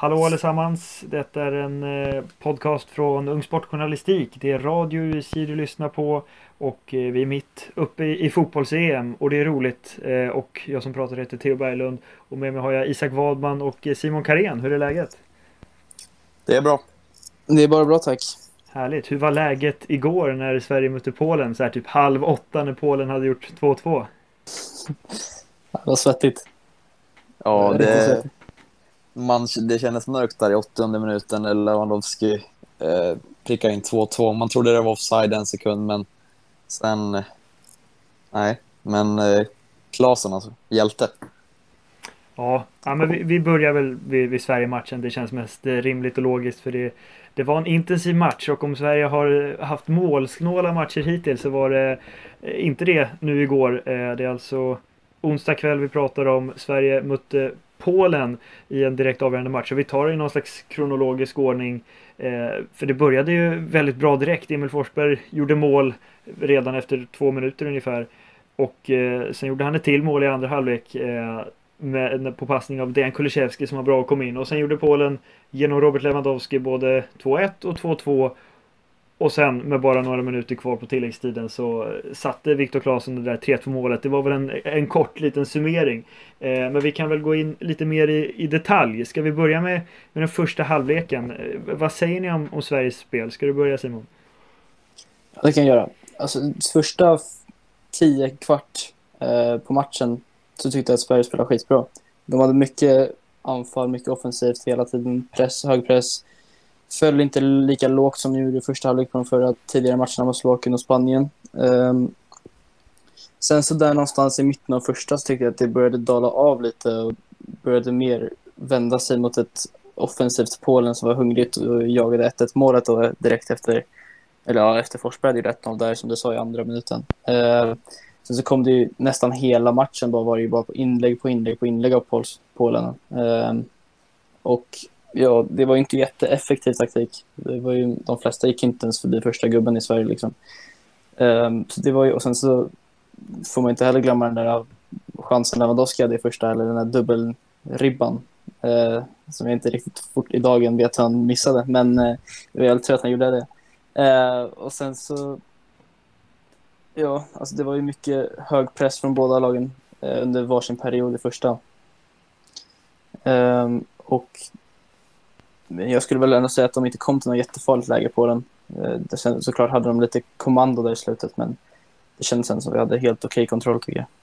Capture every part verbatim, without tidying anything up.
Hallå allesammans, detta är en eh, podcast från Ung Sportjournalistik. Det är radio U S J du lyssnar på och eh, vi är mitt uppe i, i fotbolls-E M och det är roligt. Eh, och jag som pratar heter Theo Berglund och med mig har jag Isak Wadman och eh, Simon Karén. Hur är läget? Det är bra. Det är bara bra, tack. Härligt. Hur var läget igår när Sverige mötte Polen? Så här typ halv åtta när Polen hade gjort två två. Det var svettigt. Ja, Riktigt det, svettigt. man, det kändes mörkt där i åttionde minuten när Lewandowski eh, prickade in två två. Man trodde det var offside en sekund, men sen... Eh, nej, men eh, Klasen alltså, hjälte. Ja, ja men vi, vi börjar väl vid, vid Sverige-matchen. Det känns mest eh, rimligt och logiskt för det, det var en intensiv match och om Sverige har haft målsnåla matcher hittills så var det eh, inte det nu igår. Eh, det är alltså onsdag kväll vi pratar om. Sverige mötte Polen i en direkt avgörande match och vi tar det i någon slags kronologisk ordning. Eh, för det började ju väldigt bra direkt. Emil Forsberg gjorde mål redan efter två minuter ungefär. Och eh, sen gjorde han ett till mål i andra halvlek. Eh, med, på passning av Dejan Kulusevski som var bra att komma in. Och sen gjorde Polen genom Robert Lewandowski både två ett och två två. Och sen med bara några minuter kvar på tilläggstiden så satte Viktor Claesson det där tre två målet. Det var väl en, en kort liten summering. Eh, men vi kan väl gå in lite mer i, i detalj. Ska vi börja med, med den första halvleken? Eh, vad säger ni om, om Sveriges spel? Ska du börja, Simon? Ja, det kan jag göra. Alltså, första tio kvart eh, på matchen så tyckte jag att Sverige spelade skitbra. De hade mycket anfall, mycket offensivt hela tiden. Press, hög press. Föll inte lika lågt som de gjorde i första halvlek på de förra tidigare matcherna mot Slovakien och Spanien. Um, sen så där någonstans i mitten av första så tyckte jag att det började dala av lite och började mer vända sig mot ett offensivt Polen som var hungrigt och jagade ett ett målet och direkt efter eller ja, efter Forsberg hade ett noll där som du sa i andra minuten. Uh, sen så kom det ju nästan hela matchen bara var det ju bara på inlägg på inlägg på inlägg av Pols- Polen. Uh, och ja, det var ju inte jätteeffektiv taktik. Det var ju, de flesta gick inte ens förbi första gubben i Sverige liksom. Um, så det var ju, och sen så får man inte heller glömma den där chansen Lewandowski hade i första, eller den där dubbelribban uh, som jag inte riktigt fort i dagen vet han missade, men uh, jag är väldigt trött att han gjorde det. Uh, och sen så ja, alltså det var ju mycket hög press från båda lagen uh, under varsin period i första. Um, och jag skulle väl ändå säga att de inte kom till något jättefarligt läge på den. Det, såklart hade de lite kommando där i slutet, men det kändes sen som vi hade helt okej kontroll tycker jag.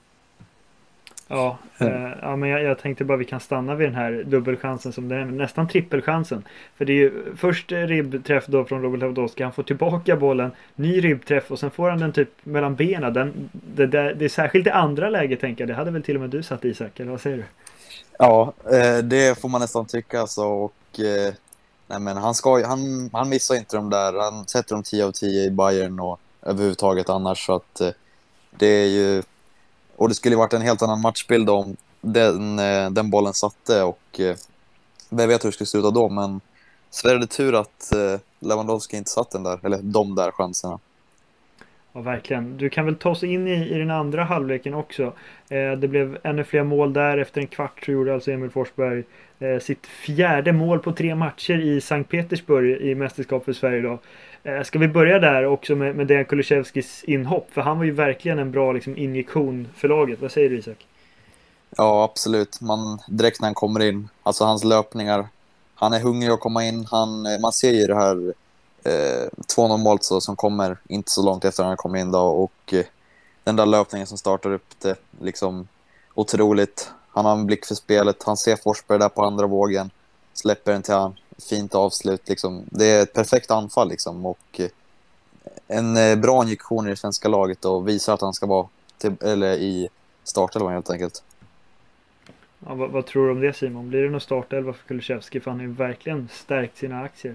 Ja, eh, ja men jag, jag tänkte bara vi kan stanna vid den här dubbelchansen som det är, nästan trippelchansen. För det är ju först ribbträff då från Robert Lewandowski, han får tillbaka bollen, ny ribbträff och sen får han den typ mellan benen. Den, det, det, det är särskilt det andra läget tänker jag, det hade väl till och med du satt, Isak, eller vad säger du? Ja, eh, det får man nästan tycka så. Och eh, nej, men han, ska, han, han missar inte de där. Han sätter dem tio av tio i Bayern och överhuvudtaget annars. Så att eh, det är ju... Och det skulle ju varit en helt annan matchbild om den, eh, den bollen satte. Och eh, vem vet hur det skulle sluta då. Men Sverige hade tur att eh, Lewandowski inte satt den där. Eller de där chanserna. Ja, verkligen. Du kan väl ta oss in i, i den andra halvleken också. Eh, det blev ännu fler mål där. Efter en kvart så gjorde alltså Emil Forsberg eh, sitt fjärde mål på tre matcher i Sankt Petersburg i mästerskap för Sverige då. Eh, ska vi börja där också med, med Dejan Kulusevskis inhopp? För han var ju verkligen en bra liksom, injektion för laget. Vad säger du, Isak? Ja, absolut. Man, direkt när han kommer in, alltså hans löpningar, han är hungrig att komma in. Han, man ser ju det här eh, två noll målet så, som kommer inte så långt efter att han kommer in då, och eh, den där löpningen som startar upp det, liksom otroligt. Han har en blick för spelet, han ser Forsberg där på andra vågen, släpper den till han, fint avslut liksom. Det är ett perfekt anfall liksom, och eh, en eh, bra injektion i det svenska laget och visar att han ska vara till, eller i startelvan helt enkelt. Ja, vad, vad tror du om det, Simon? Blir det någon startelva för Kulusevski? För han har ju verkligen stärkt sina aktier.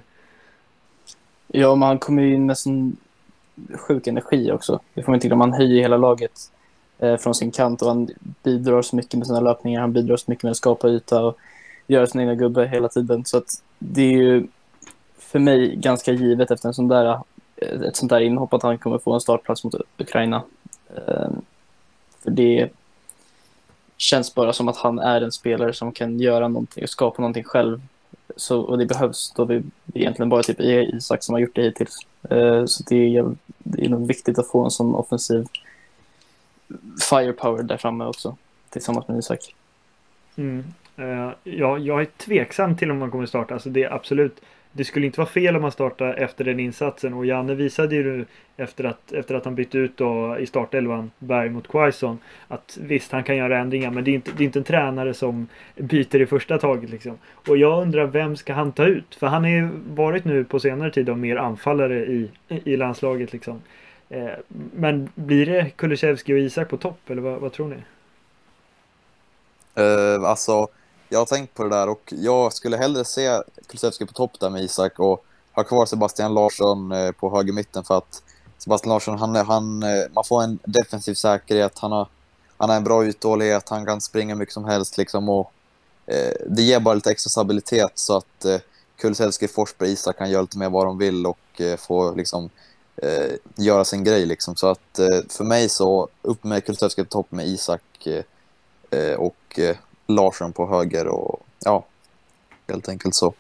Ja, men han kommer ju in med sån sjuk energi också. Det får man inte glömma, han höjer hela laget eh, från sin kant och han bidrar så mycket med sina löpningar. Han bidrar så mycket med att skapa yta och göra sin egna gubbe hela tiden. Så att det är ju för mig ganska givet efter en sån där, ett sånt där inhopp att han kommer få en startplats mot Ukraina. Eh, för det känns bara som att han är en spelare som kan göra någonting och skapa någonting själv Så, och det behövs då vi det är egentligen bara typ Isak som har gjort det hittills. Eh, så det är, det är nog viktigt att få en sån offensiv firepower där framme också tillsammans med Isak. Mm. Uh, ja, jag är tveksam till om man kommer starta. Alltså det är absolut, det skulle inte vara fel om man startar efter den insatsen. Och Janne visade ju efter att, efter att han bytte ut då i startelvan Berg mot Quaison att visst, han kan göra ändringar, men det är inte, det är inte en tränare som byter i första taget liksom. Och jag undrar, vem ska han ta ut? För han har ju varit nu på senare tid då mer anfallare i, i landslaget liksom. Uh, men blir det Kulusevski och Isak på topp, eller vad, vad tror ni? Uh, alltså, jag har tänkt på det där och jag skulle hellre se Kulusevski på topp där med Isak och ha kvar Sebastian Larsson uh, på höger mitten, för att Sebastian Larsson, han, han, uh, man får en defensiv säkerhet, han har, han har en bra uthållighet, han kan springa mycket som helst liksom, och uh, det ger bara lite extra stabilitet så att uh, Kulusevski, Forsberg, Isak kan göra lite mer vad de vill och uh, få liksom uh, göra sin grej liksom. Så att uh, för mig så upp med Kulusevski på topp med Isak uh, och eh, Larsson på höger och ja, helt enkelt så.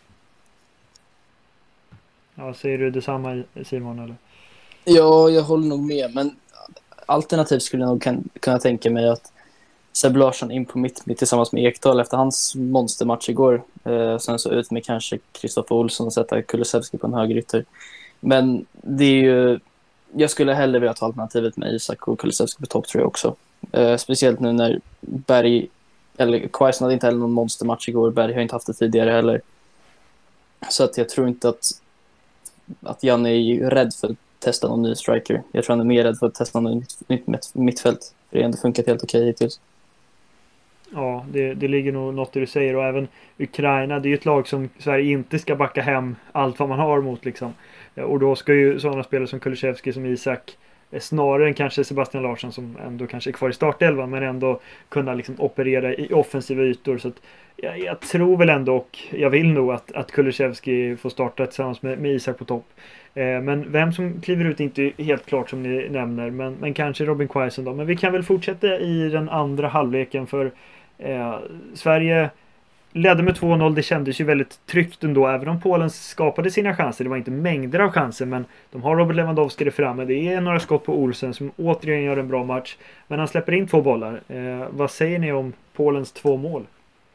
Ja, säger du detsamma, Simon, eller? Ja, jag håller nog med, men alternativt skulle jag nog kan, kunna tänka mig att Seb Larsson in på mitt, mitt tillsammans med Ekdal efter hans monstermatch igår. Eh, sen så ut med kanske Kristoffer Olsson och sätta Kulusevski på en högerytter. Men det är ju, jag skulle hellre vilja ta alternativet med Isak och Kulusevski på topp, tror jag också. Uh, speciellt nu när Berg, eller Quaison hade inte heller någon monstermatch igår. Berg har inte haft det tidigare heller. Så att jag tror inte att att Janne är rädd för att testa någon ny striker. Jag tror han är mer rädd för att testa något nytt, nytt mittfält. För det har ändå funkat helt okej hittills. Ja, det, det ligger nog något i det du säger. Och även Ukraina, det är ju ett lag som Sverige inte ska backa hem allt vad man har mot liksom. Och då ska ju sådana spelare som Kulusevski, som Isak, snarare än kanske Sebastian Larsson, som ändå kanske är kvar i startelvan, men ändå kunna liksom operera i offensiva ytor. Så att jag, jag tror väl ändå, och jag vill nog att, att Kulusevski får starta tillsammans med, med Isak på topp. Eh, men vem som kliver ut är inte helt klart, som ni nämner, men, men kanske Robin Quaison då. Men vi kan väl fortsätta i den andra halvleken, för eh, Sverige ledde med två noll. Det kändes ju väldigt tryggt ändå, även om Polen skapade sina chanser. Det var inte mängder av chanser, men de har Robert Lewandowski där framme. Det är några skott på Olsen som återigen gör en bra match, men han släpper in två bollar. Eh, vad säger ni om Polens två mål?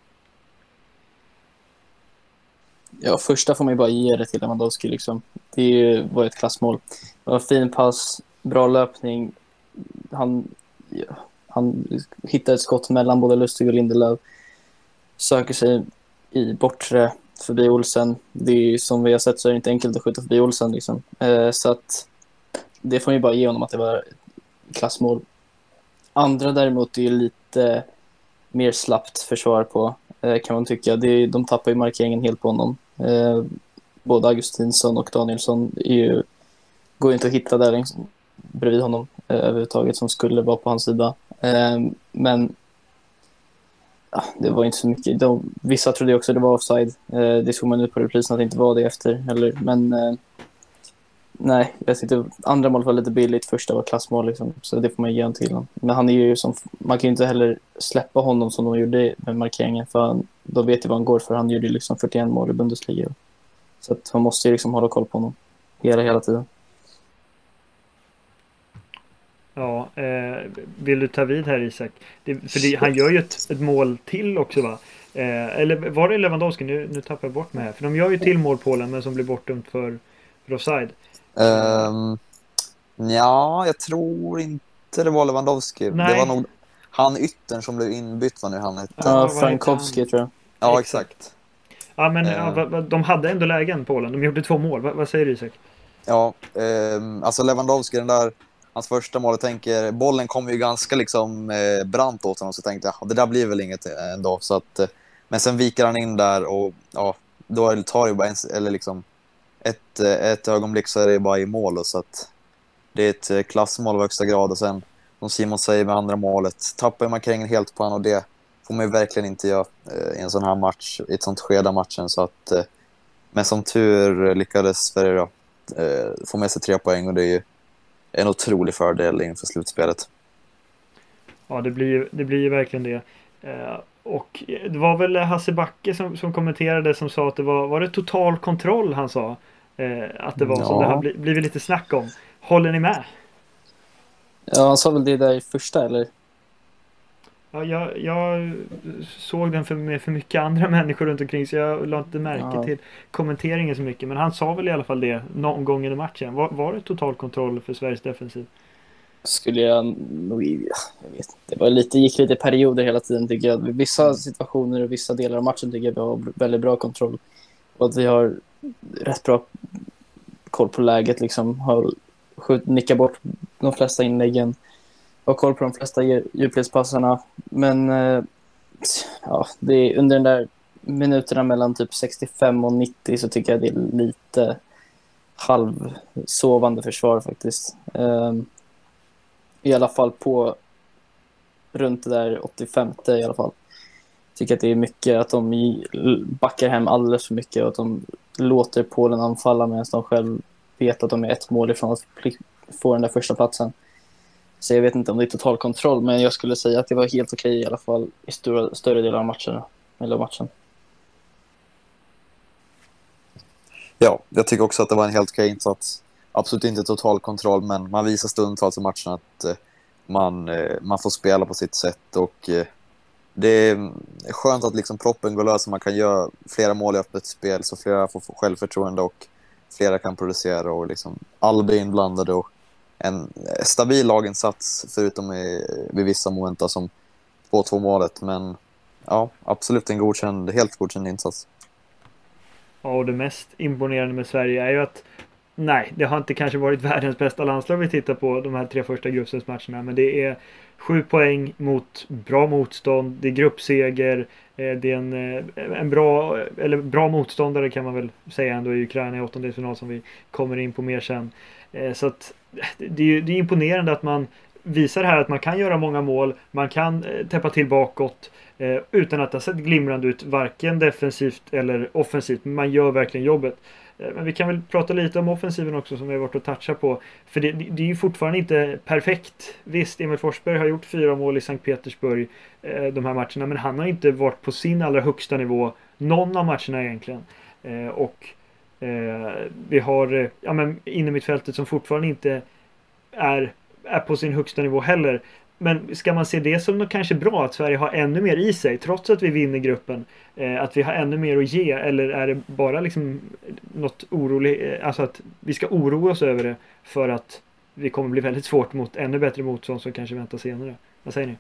Ja, första får man ju bara ge det till Lewandowski liksom. Det var ett klassmål. Det var fin pass, bra löpning. Han, ja, han hittar ett skott mellan både Lustig och Lindelöf. Söker sig i bortre förbi Olsen. Det är, som vi har sett, så är det inte enkelt att skjuta förbi Olsen liksom. Eh, så att det får man ju bara ge honom, att det var klassmål. Andra däremot är lite mer slappt försvar på, eh, kan man tycka. Det, de tappar ju markeringen helt på honom. Eh, både Augustinsson och Danielsson är ju, går ju inte att hitta där längs, bredvid honom eh, överhuvudtaget, som skulle vara på hans sida. Eh, men ja, det var inte så mycket. De, vissa trodde också det var offside. Eh, det såg man ut på reprisen att det inte var det efter. Eller, men eh, nej, jag tyckte andra mål var lite billigt. Första var klassmål liksom, så det får man ge honom till honom. Men han är ju som, man kan ju inte heller släppa honom som de gjorde med markeringen, för han, då vet ju vad han går för. Han gjorde liksom fyrtioen mål i Bundesliga. Så att man måste ju liksom hålla koll på honom hela, hela tiden. Ja, eh, vill du ta vid här, Isak? Det, för det, han gör ju ett, ett mål till också, va? Eh, eller var det Lewandowski? Nu, nu tappar jag bort mig här. För de gör ju till mål Polen, men som blir bortdömt för, för offside. Um, ja, jag tror inte det var Lewandowski. Nej. Det var nog han yttern som blev inbytt, vad nu han hette. Ja, Frankowski tror jag. Ja, exakt. Ja, men Uh. ja, va, va, de hade ändå lägen, Polen. De gjorde två mål. Va, vad säger du, Isak? Ja, um, alltså Lewandowski, den där, hans första mål, jag tänker, bollen kom ju ganska liksom eh, brant åt honom, så jag tänkte, ja, det där blir väl inget ändå. Så att, eh, men sen viker han in där och ja, då tar det bara en, eller liksom ett, ett ögonblick så är det bara i mål. Och så att det är ett klassmål av högsta grad. Och sen, som Simon säger med andra målet, tappar markeringen helt på han, och det får man ju verkligen inte göra eh, i en sån här match, i ett sånt skede av matchen. Så att, eh, men som tur lyckades Sverige då, eh, få med sig tre poäng, och det är ju en otrolig fördel inför slutspelet. Ja, det blir, det blir ju verkligen det. Eh, och det var väl Hasse Backe som, som kommenterade som sa att det var, var det total kontroll han sa. Eh, att det var Ja. som det har bli, blivit lite snack om. Håller ni med? Ja, han sa väl det där i första, eller? Ja, jag, jag såg den för, med för mycket andra människor runt omkring så jag la inte märke Ja. till kommenteringen så mycket. Men han sa väl i alla fall det någon gång i matchen. Var, var det total kontroll för Sveriges defensiv? Skulle jag nog... Jag vet inte. Det var lite, gick lite perioder hela tiden, tycker jag. Vissa situationer och vissa delar av matchen tycker jag vi har väldigt bra kontroll. Och att vi har rätt bra koll på läget. Liksom. Har skjut, nickat bort de flesta inläggen. Har koll på de flesta djupledspassarna. Men eh, ja, det är, under den där minuterna mellan typ sextiofem och nittio så tycker jag det är lite halvsovande försvar faktiskt. Um, I alla fall på runt det där åttiofemte i alla fall. Tycker att det är mycket att de backar hem alldeles för mycket och att de låter Polen anfalla medan de själv vet att de är ett mål ifrån att få den där första platsen. Så jag vet inte om det är total kontroll, men jag skulle säga att det var helt okej i alla fall i stora, större delar av matchen. Eller matchen. Ja, jag tycker också att det var en helt okej insats. Absolut inte total kontroll, men man visar stundtals i matchen att eh, man, eh, man får spela på sitt sätt. Och eh, det är skönt att liksom proppen går lös och man kan göra flera mål i öppet spel så flera får självförtroende och flera kan producera och liksom alla blir inblandade och en stabil laginsats förutom i, vid vissa moment som två två målet, men ja, absolut en godkänd, helt godkänd insats. Ja, och det mest imponerande med Sverige är ju att nej, det har inte kanske varit världens bästa landslag vi tittar på de här tre första gruppspelsmatcherna, men det är sju poäng mot bra motstånd, det är gruppseger, det är en, en bra, eller bra motståndare kan man väl säga ändå i Ukraina i åttondelsfinal som vi kommer in på mer sen. Så att det är, det är imponerande att man visar här att man kan göra många mål, man kan täppa till bakåt utan att det har sett glimrande ut varken defensivt eller offensivt, men man gör verkligen jobbet. Men vi kan väl prata lite om offensiven också som vi har varit och touchat på. För det, det är ju fortfarande inte perfekt. Visst, Emil Forsberg har gjort fyra mål i Sankt Petersburg eh, de här matcherna. Men han har inte varit på sin allra högsta nivå någon av matcherna egentligen. Eh, och eh, vi har eh, ja, men inne mittfältet som fortfarande inte är, är på sin högsta nivå heller. Men ska man se det som något kanske bra att Sverige har ännu mer i sig trots att vi vinner gruppen? Eh, att vi har ännu mer att ge, eller är det bara liksom något oroligt, alltså att vi ska oroa oss över det för att vi kommer bli väldigt svårt mot ännu bättre motstånd som kanske väntar senare? Vad säger ni?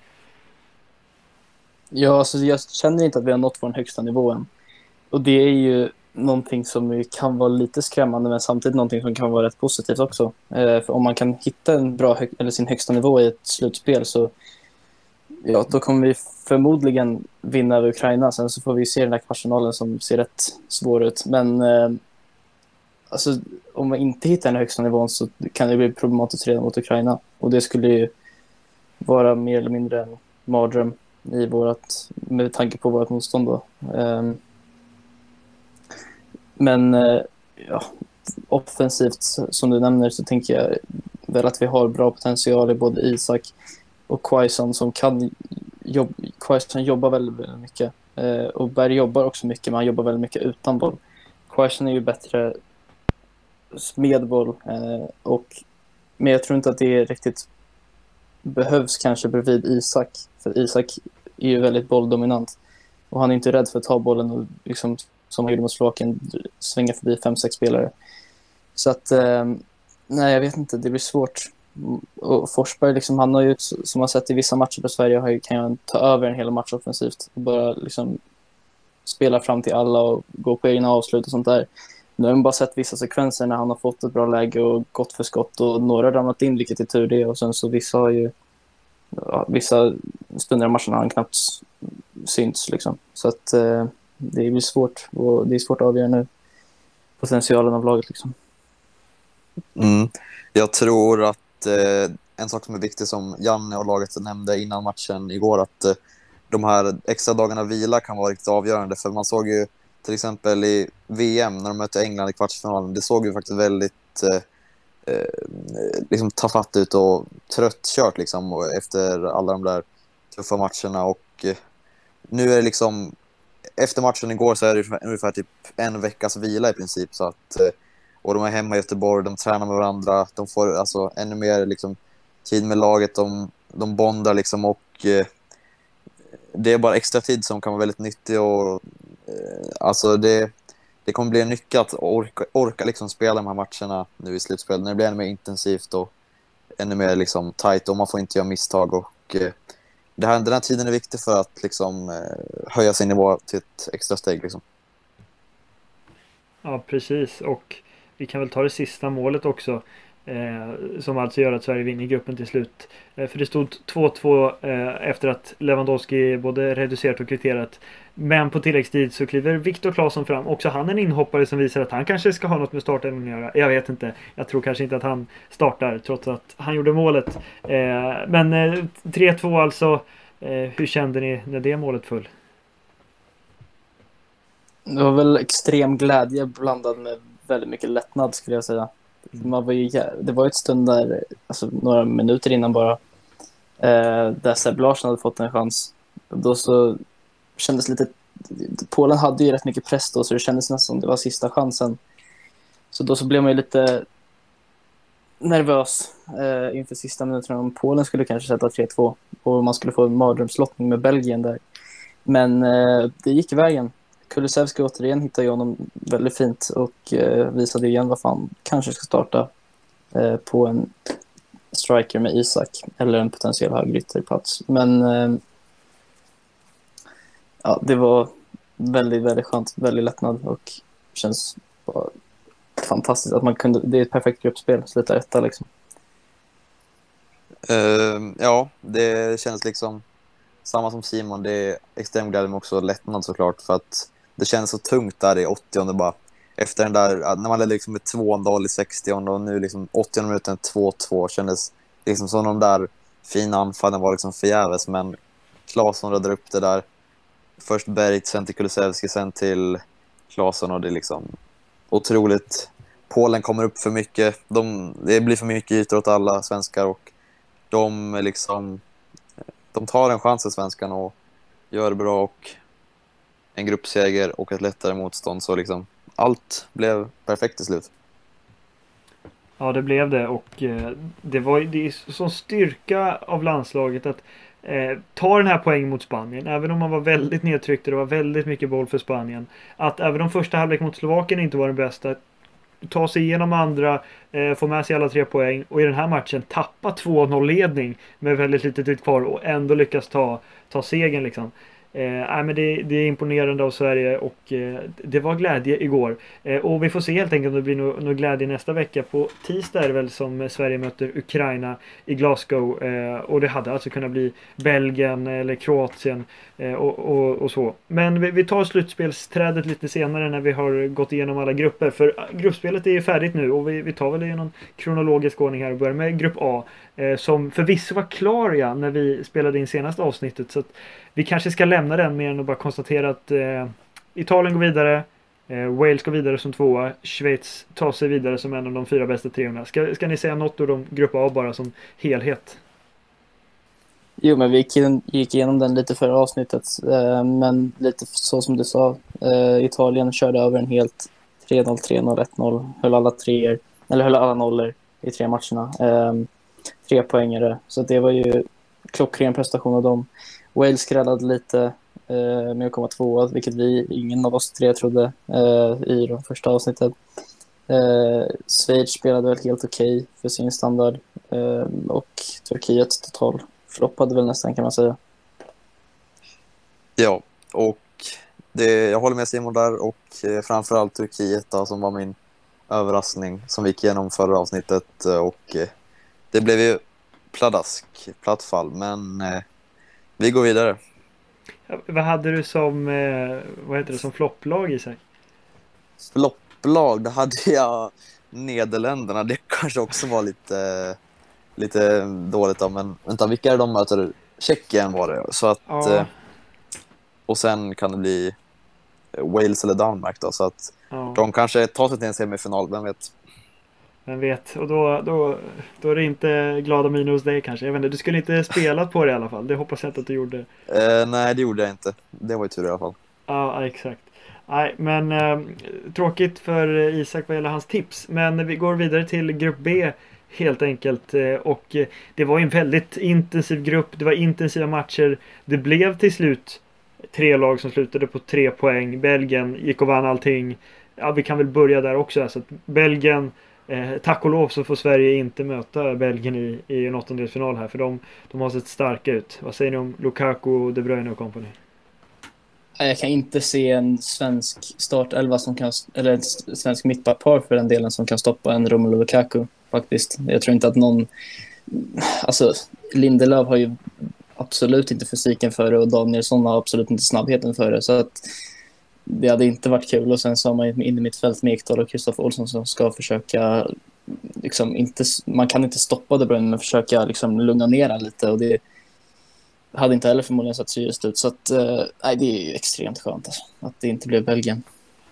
Ja, alltså jag känner inte att vi har nått vår högsta nivå än. Och det är ju någonting som kan vara lite skrämmande men samtidigt någonting som kan vara rätt positivt också. Eh, för om man kan hitta en bra hö- eller sin högsta nivå i ett slutspel så ja, då kommer vi förmodligen vinna över Ukraina. Sen så får vi se den här kvartsfinalen som ser rätt svår ut. Men eh, alltså, om man inte hittar den högsta nivån så kan det bli problematiskt redan mot Ukraina. Och det skulle ju vara mer eller mindre en mardröm i vårat, med tanke på vårt motstånd då. Eh, men eh, ja, offensivt som du nämner så tänker jag väl att vi har bra potential i både Isak och Quaison som kan jobba. Quaison jobbar väldigt, väldigt mycket eh, och Berg jobbar också mycket, men han jobbar väldigt mycket utan boll. Quaison är ju bättre med boll eh, och men jag tror inte att det riktigt behövs kanske bredvid Isak, för Isak är ju väldigt bolldominant och han är inte rädd för att ta bollen och liksom, som han gjorde mot Slovakien, svänga förbi fem sex spelare. Så att eh, nej, jag vet inte, det blir svårt. Och Forsberg liksom, han har ju som man sett i vissa matcher på Sverige har ju, kan ju ta över en hel match offensivt och bara liksom spela fram till alla och gå på egna avslut och sånt där. Nu har man bara sett vissa sekvenser när han har fått ett bra läge och gått för skott och några har ramlat in, vilket är tur det, och sen så vissa har ju ja, vissa stunder i matchen har han knappt synts liksom. Så att eh, det blir svårt och det är svårt att avgöra nu potentialen av laget liksom. Mm. Jag tror att eh, en sak som är viktig som Janne och laget nämnde innan matchen igår, att eh, de här extra dagarna vila kan vara riktigt avgörande, för man såg ju till exempel i V M när de mötte England i kvartsfinalen, det såg ju faktiskt väldigt eh, eh, liksom tafatt ut och trött kört liksom, och efter alla de där tuffa matcherna, och eh, nu är det liksom, efter matchen igår så är det ungefär typ en veckas vila i princip. Så att, eh, och de är hemma i Göteborg, de tränar med varandra, de får alltså ännu mer liksom, tid med laget, de, de bondar liksom, och eh, det är bara extra tid som kan vara väldigt nyttig. Och, eh, alltså det, det kommer bli en nyckel att orka, orka liksom spela de här matcherna nu i slutspelet, när det blir ännu mer intensivt och ännu mer liksom tight, och man får inte göra misstag. Och eh, det här, den här tiden är viktig för att liksom, eh, höja sin nivå till ett extra steg. Liksom. Ja, precis. Och vi kan väl ta det sista målet också. Eh, som alltså gör att Sverige vinner gruppen till slut. Eh, för det stod två två eh, efter att Lewandowski både reducerat och kvitterat. Men på tilläggstid så kliver Viktor Claesson fram. Också han en inhoppare som visar att han kanske ska ha något med starten att göra. Jag vet inte. Jag tror kanske inte att han startar trots att han gjorde målet. Eh, men eh, tre två alltså. Eh, hur kände ni när det målet föll? Det var väl extrem glädje blandad med väldigt mycket lättnad, skulle jag säga. Man var ju, det var ju ett stund där, alltså några minuter innan bara, eh, där Seb Larsson hade fått en chans. Då så kändes lite, Polen hade ju rätt mycket press då, så det kändes nästan som det var sista chansen. Så då så blev man ju lite nervös eh, inför sista minuterna om Polen skulle kanske sätta tre två och man skulle få en mardrömslottning med Belgien där. Men eh, det gick i vägen. Kulusevski återigen hittade ju honom väldigt fint och eh, visade igen vad fan kanske ska starta eh, på en striker med Isak eller en potentiell högerytterplats. Men eh, ja, det var väldigt, väldigt skönt, väldigt lättnad och känns bara fantastiskt att man kunde, det är ett perfekt gruppspel, sluta etta liksom. Uh, ja, det känns liksom samma som Simon, det är extremt glädje men också lättnad såklart, för att det känns så tungt där i åttionde bara. Efter den där, när man ledde liksom med två noll i sextionde och nu liksom åttionde minuten två två, kändes liksom som de där fina anfallen var liksom förgäves, men Claesson räddade upp det där. Först Berg, sen till Kulusevski, sen till Claesson, och det är liksom otroligt. Polen kommer upp för mycket, de, det blir för mycket ytor åt alla svenskar, och de liksom de tar en chans i svenskan och gör det bra, och en gruppseger och ett lättare motstånd, så liksom allt blev perfekt till slut. Ja, det blev det, och eh, det var det är sån styrka av landslaget att eh, ta den här poängen mot Spanien, även om man var väldigt nedtryckt och det var väldigt mycket boll för Spanien, att även om första halvlek mot Slovakien inte var den bästa, ta sig igenom andra, eh, få med sig alla tre poäng och i den här matchen tappa två noll-ledning med väldigt lite tid kvar och ändå lyckas ta, ta segern liksom. Eh, nej, men det, det är imponerande av Sverige, och eh, det var glädje igår. Eh, och vi får se helt enkelt om det blir någon no glädje nästa vecka. På tisdag är det väl som Sverige möter Ukraina i Glasgow. Eh, och det hade alltså kunnat bli Belgien eller Kroatien eh, och, och, och så. Men vi, vi tar slutspelsträdet lite senare när vi har gått igenom alla grupper. För gruppspelet är ju färdigt nu, och vi, vi tar väl i någon kronologisk ordning här och börjar med grupp A. Eh, som förvisso var klar, ja, när vi spelade in senaste avsnittet. Så att vi kanske ska lämna den mer än att bara konstatera att eh, Italien går vidare, eh, Wales går vidare som tvåa, Schweiz tar sig vidare som en av de fyra bästa treorna. Ska, ska ni säga något ur om grupp A bara som helhet? Jo, men vi gick, in, gick igenom den lite förra avsnittet, eh, men lite så som du sa, eh, Italien körde över en helt tre noll, tre noll, ett noll, höll alla treor, eller höll alla nollor i tre matcherna. Eh, tre poängare, så det var ju klockren prestation av dem. Wales skrällade lite eh, med att komma tvåa, vilket vi, ingen av oss tre trodde eh, i det första avsnittet. Eh, Schweiz spelade väl helt okej okay för sin standard, eh, och Turkiet total floppade väl nästan, kan man säga. Ja, och det, jag håller med Simon där, och eh, framförallt Turkiet då, som var min överraskning som vi gick igenom förra avsnittet, och eh, det blev ju pladask, plattfall, men eh, vi går vidare. Ja, vad hade du som eh, vad heter det, som flopplag i sig? Flopplag, då hade jag Nederländerna. Det kanske också var lite lite dåligt då, men vänta, vilka är de möter? Tjeckien var det, så att Ja. eh, och sen kan det bli Wales eller Danmark då, så att Ja. de kanske tar sig till en semifinal, vem vet. vem vet. Och då, då, då är det inte glada miner hos dig kanske. Jag vet inte, du skulle inte spela på det i alla fall. Det hoppas jag inte att du gjorde. Eh, nej, det gjorde jag inte. Det var ju tur i alla fall. Ja, exakt. Nej, men eh, tråkigt för Isak vad gäller hans tips. Men vi går vidare till grupp B helt enkelt. Eh, och eh, det var en väldigt intensiv grupp. Det var intensiva matcher. Det blev till slut tre lag som slutade på tre poäng. Belgien gick och vann allting. Ja, vi kan väl börja där också. Alltså att Belgien, eh, tack och lov så får Sverige inte möta Belgien i, i en åttondelsfinal här. För de, de har sett starka ut. Vad säger ni om Lukaku, De Bruyne och company? Jag kan inte se en svensk startelva som kan, eller en svensk mittbackpar för den delen som kan stoppa en Romelu Lukaku faktiskt. Jag tror inte att någon, alltså Lindelöf har ju absolut inte fysiken för det och Danielsson har absolut inte snabbheten för det, så att det hade inte varit kul. Och sen så har man in i mitt fält med Ekdal och Kristoffer Olsson som ska försöka liksom inte, man kan inte stoppa det bra men försöka liksom lugna ner lite, och det hade inte heller förmodligen sett så just ut. Så att, eh, nej, det är ju extremt skönt alltså, att det inte blev Belgien.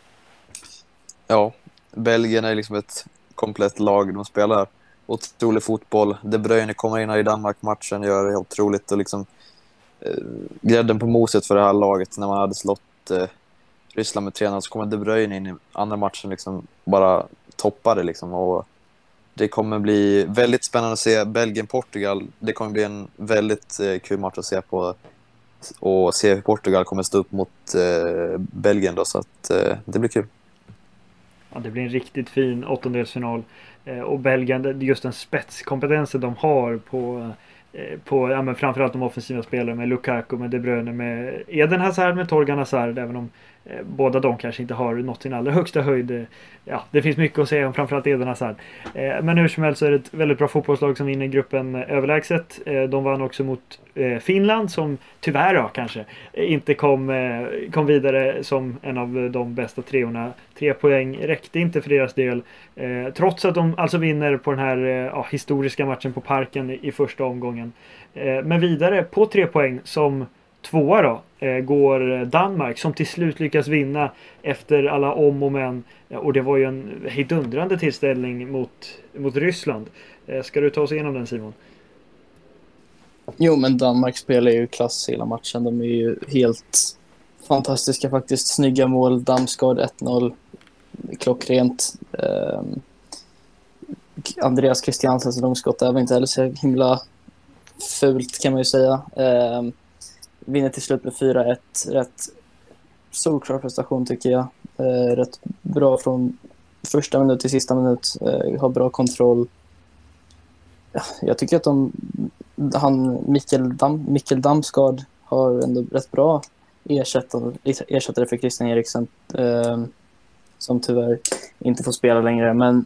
Ja, Belgien är liksom ett komplett lag. De spelar otrolig fotboll. De Bruyne kommer in här i Danmark-matchen, gör det otroligt. Och liksom eh, grädden på moset för det här laget. När man hade slått eh, Ryssland med tre noll så kommer De Bruyne in i andra matchen liksom bara toppade liksom. Och det kommer bli väldigt spännande att se Belgien-Portugal. Det kommer bli en väldigt eh, kul match att se på. Och se hur Portugal kommer stå upp mot eh, Belgien då. Så att eh, det blir kul. Ja, det blir en riktigt fin åttondelsfinal. Eh, och Belgien, just den spetskompetensen de har på, eh, på ja, men framförallt de offensiva spelarna med Lukaku, med De Bruyne, med Eden Hazard, med Torgan Hazard, även om eh, båda de kanske inte har nått sin allra högsta höjd. Eh, ja, det finns mycket att säga om framförallt Eden Hazard. Eh, men hur som helst så är det ett väldigt bra fotbollslag som vinner gruppen överlägset. Eh, de vann också mot eh, Finland som tyvärr då, kanske inte kom, eh, kom vidare som en av de bästa treorna. Tre poäng räckte inte för deras del. Eh, trots att de alltså vinner på den här eh, ja, historiska matchen på Parken i, i första omgången. Eh, men vidare på tre poäng som tvåa då eh, går Danmark som till slut lyckas vinna efter alla om och men. Eh, och det var ju en hejdundrande tillställning mot, mot Ryssland. Eh, ska du ta oss igenom den, Simon? Jo, men Danmark spelar ju klass hela matchen. De är ju helt fantastiska faktiskt. Snygga mål. Damsgaard ett noll. Klockrent. Eh, Andreas Christiansens långskott är väl inte heller så himla fult kan man ju säga. Eh, vinner till slut med fyra ett. Rätt solklar prestation tycker jag. Eh, rätt bra från första minut till sista minut. Eh, har bra kontroll. Ja, jag tycker att de han Mikkel, Dam, Mikkel Damsgaard har ändå rätt bra ersättare, ersättare för Christian Eriksen eh, som tyvärr inte får spela längre, men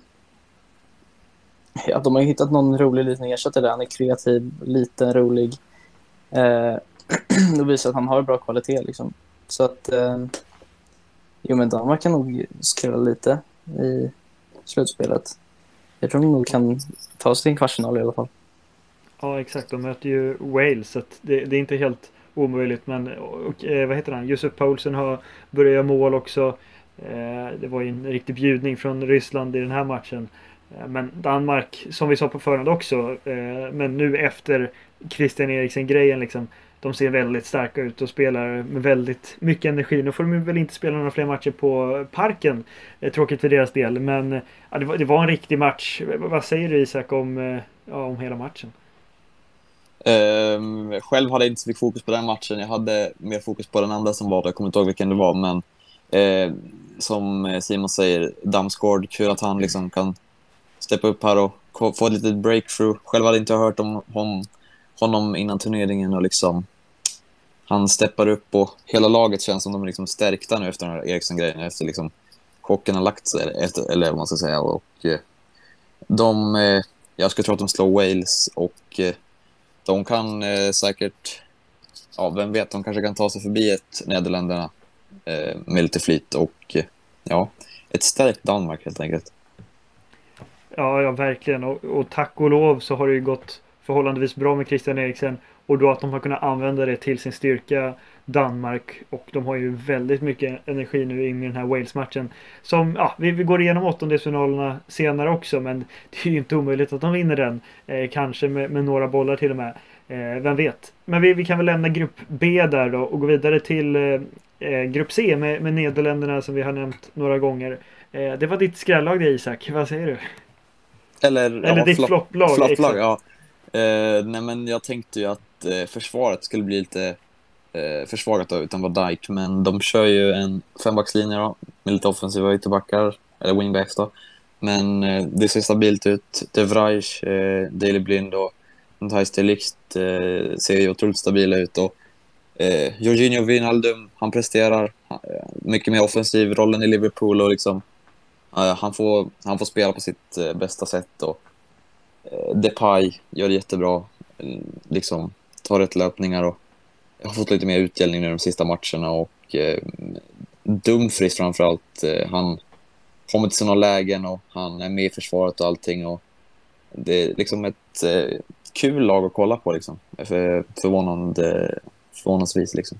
ja, de har ju hittat någon rolig liten ersättare. Han är kreativ, liten, rolig. Eh, det visar att han har bra kvalitet liksom. Så att eh, jo, men Danmark kan nog skrälla lite i slutspelet. Jag tror de nog kan ta sig till en kvartsfinal i alla fall. Ja, exakt. De möter ju Wales, så att det, det är inte helt omöjligt. Men och, eh, vad heter han? Josef Paulsen har börjat göra mål också. Eh, det var ju en riktig bjudning från Ryssland i den här matchen. Eh, men Danmark, som vi sa på förhand också, eh, men nu efter Christian Eriksen-grejen liksom, de ser väldigt starka ut och spelar med väldigt mycket energi. Nu får de väl inte spela några fler matcher på Parken. Eh, tråkigt för deras del. Men eh, ja, det, var, det var en riktig match. Vad säger du, Isak, om, eh, ja, om hela matchen? Um, själv hade jag inte så mycket fokus på den matchen. Jag hade mer fokus på den andra som var. Jag kommer inte ihåg vilken det var. Men eh, som Simon säger, Damsgaard, kul att han liksom kan steppa upp här och få ett litet breakthrough. Själv hade inte hört om honom, honom innan turneringen. Och liksom, han steppar upp och hela laget känns som de är liksom stärkta nu efter den här Eriksen-grejen. Efter liksom chocken har lagt sig. Efter, eller vad man ska säga. Och eh, de, eh, jag skulle tro att de slår Wales och eh, de kan eh, säkert, ja, vem vet, de kanske kan ta sig förbi ett Nederländerna eh, med lite flit och eh, ja, ett stärkt Danmark helt enkelt. Ja, ja verkligen. Och, och tack och lov så har det ju gått förhållandevis bra med Christian Eriksen och då att de har kunnat använda det till sin styrka, Danmark, och de har ju väldigt mycket energi nu in i den här Wales-matchen som, ja, vi, vi går igenom åttondelsfinalerna senare också, men det är ju inte omöjligt att de vinner den, eh, kanske med, med några bollar till och med, eh, vem vet. Men vi, vi kan väl lämna grupp B där då och gå vidare till eh, grupp C med, med Nederländerna som vi har nämnt några gånger. Eh, det var ditt skrällag det, Isak, vad säger du? Eller, Eller ja, ditt flop- flopplag. flopplag, ja. Eh, nej, men jag tänkte ju att eh, försvaret skulle bli lite eh, försvagat då, utan var Dijk, men de kör ju en fembackslinje då, med lite offensiva ytterbackar, eller wingbacks då. Men eh, det ser stabilt ut. De Vrij, eh, Daley Blind och Matthijs de Ligt eh, ser ju otroligt stabila ut. Och eh, Jorginho Wijnaldum, han presterar eh, mycket mer offensiv rollen i Liverpool och liksom eh, han, får, han får spela på sitt eh, bästa sätt. Och eh, Depay gör det jättebra, eh, liksom tar rätt löpningar och har fått lite mer utdelning i de sista matcherna. Och eh, Dumfries framförallt, eh, han kommer till sådana lägen och han är med i försvaret och allting, och det är liksom ett eh, kul lag att kolla på liksom, för, förvånande, förvånansvis liksom.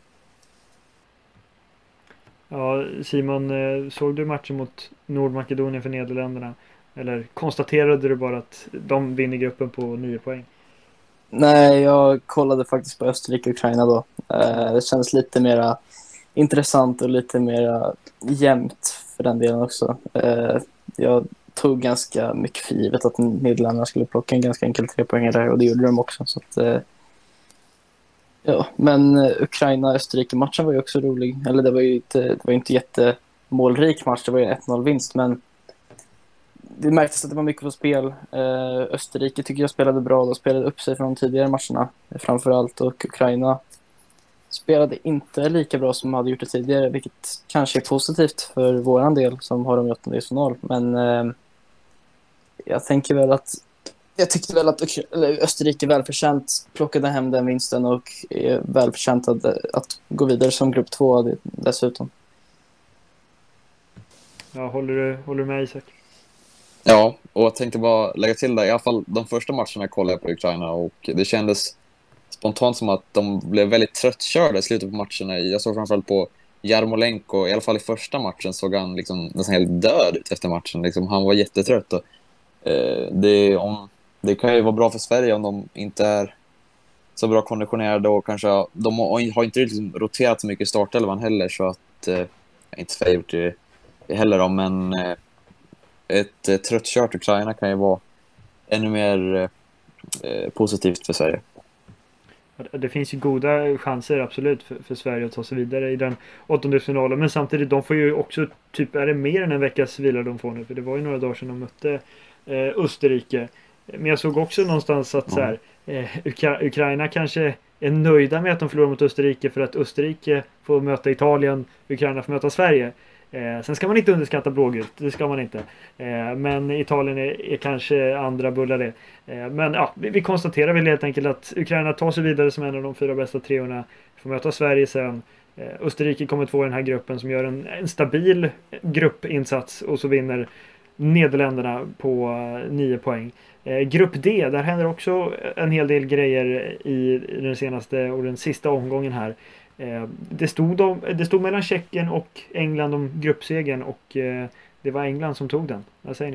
Ja, Simon, eh, såg du matchen mot Nordmakedonien för Nederländerna? Eller konstaterade du bara att de vinner gruppen på nio poäng? Nej, jag kollade faktiskt på Österrike och Ukraina då. Eh, det känns lite mera intressant och lite mera jämnt för den delen också. Eh, jag tog ganska mycket för givet att Nederländerna skulle plocka en ganska enkel trepoängare där, och det gjorde de också. Så att, eh, ja. Men eh, Ukraina-Österrike-matchen var ju också rolig. Eller det var ju inte, det var ju inte jättemålrik match, det var ju en ett noll-vinst, men det märktes att det var mycket på spel. Eh, Österrike tycker jag spelade bra. De spelade upp sig från de tidigare matcherna framförallt, och Ukraina spelade inte lika bra som de hade gjort det tidigare, vilket kanske är positivt för våran del som har dem i åttondelsfinal. Men eh, jag tänker väl att jag tyckte väl att Österrike välförtjänt plockade hem den vinsten och är välförtjänt att, att gå vidare som grupp två dessutom. Ja, håller du, håller du med, Isak? Ja, och jag tänkte bara lägga till där, i alla fall de första matcherna kollade jag på Ukraina, och det kändes spontant som att de blev väldigt tröttkörda i slutet på matcherna. Jag såg framförallt på Jarmolenko, i alla fall i första matchen såg han liksom nästan helt död ut efter matchen. Liksom, han var jättetrött. Och, eh, det, om, det kan ju vara bra för Sverige om de inte är så bra konditionerade, och kanske de har inte liksom roterat så mycket i startelvan heller, så att eh, inte för gjort det heller då, men eh, ett eh, tröttkört Ukraina kan ju vara ännu mer eh, positivt för Sverige. Det finns ju goda chanser absolut för, för Sverige att ta sig vidare i den åttondelsfinalen, men samtidigt de får ju också typ, är det mer än en veckas vila de får nu, för det var ju några dagar sedan de mötte eh, Österrike. Men jag såg också någonstans att mm. så här, eh, Ukra- Ukraina kanske är nöjda med att de förlorar mot Österrike, för att Österrike får möta Italien, Ukraina får möta Sverige. Eh, sen ska man inte underskatta blågult, det ska man inte. Eh, men Italien är, är kanske andra bullar det. Eh, men ja, vi, vi konstaterar väl helt enkelt att Ukraina tar sig vidare som en av de fyra bästa treorna. Får möta Sverige sen. Eh, Österrike kommer två i den här gruppen som gör en, en stabil gruppinsats, och så vinner Nederländerna på uh, nio poäng. Eh, grupp D, där händer också en hel del grejer i, i den senaste och den sista omgången här. Det stod, om, det stod mellan Tjeckien och England om gruppsegen, och eh, det var England som tog den. Vad säger ni?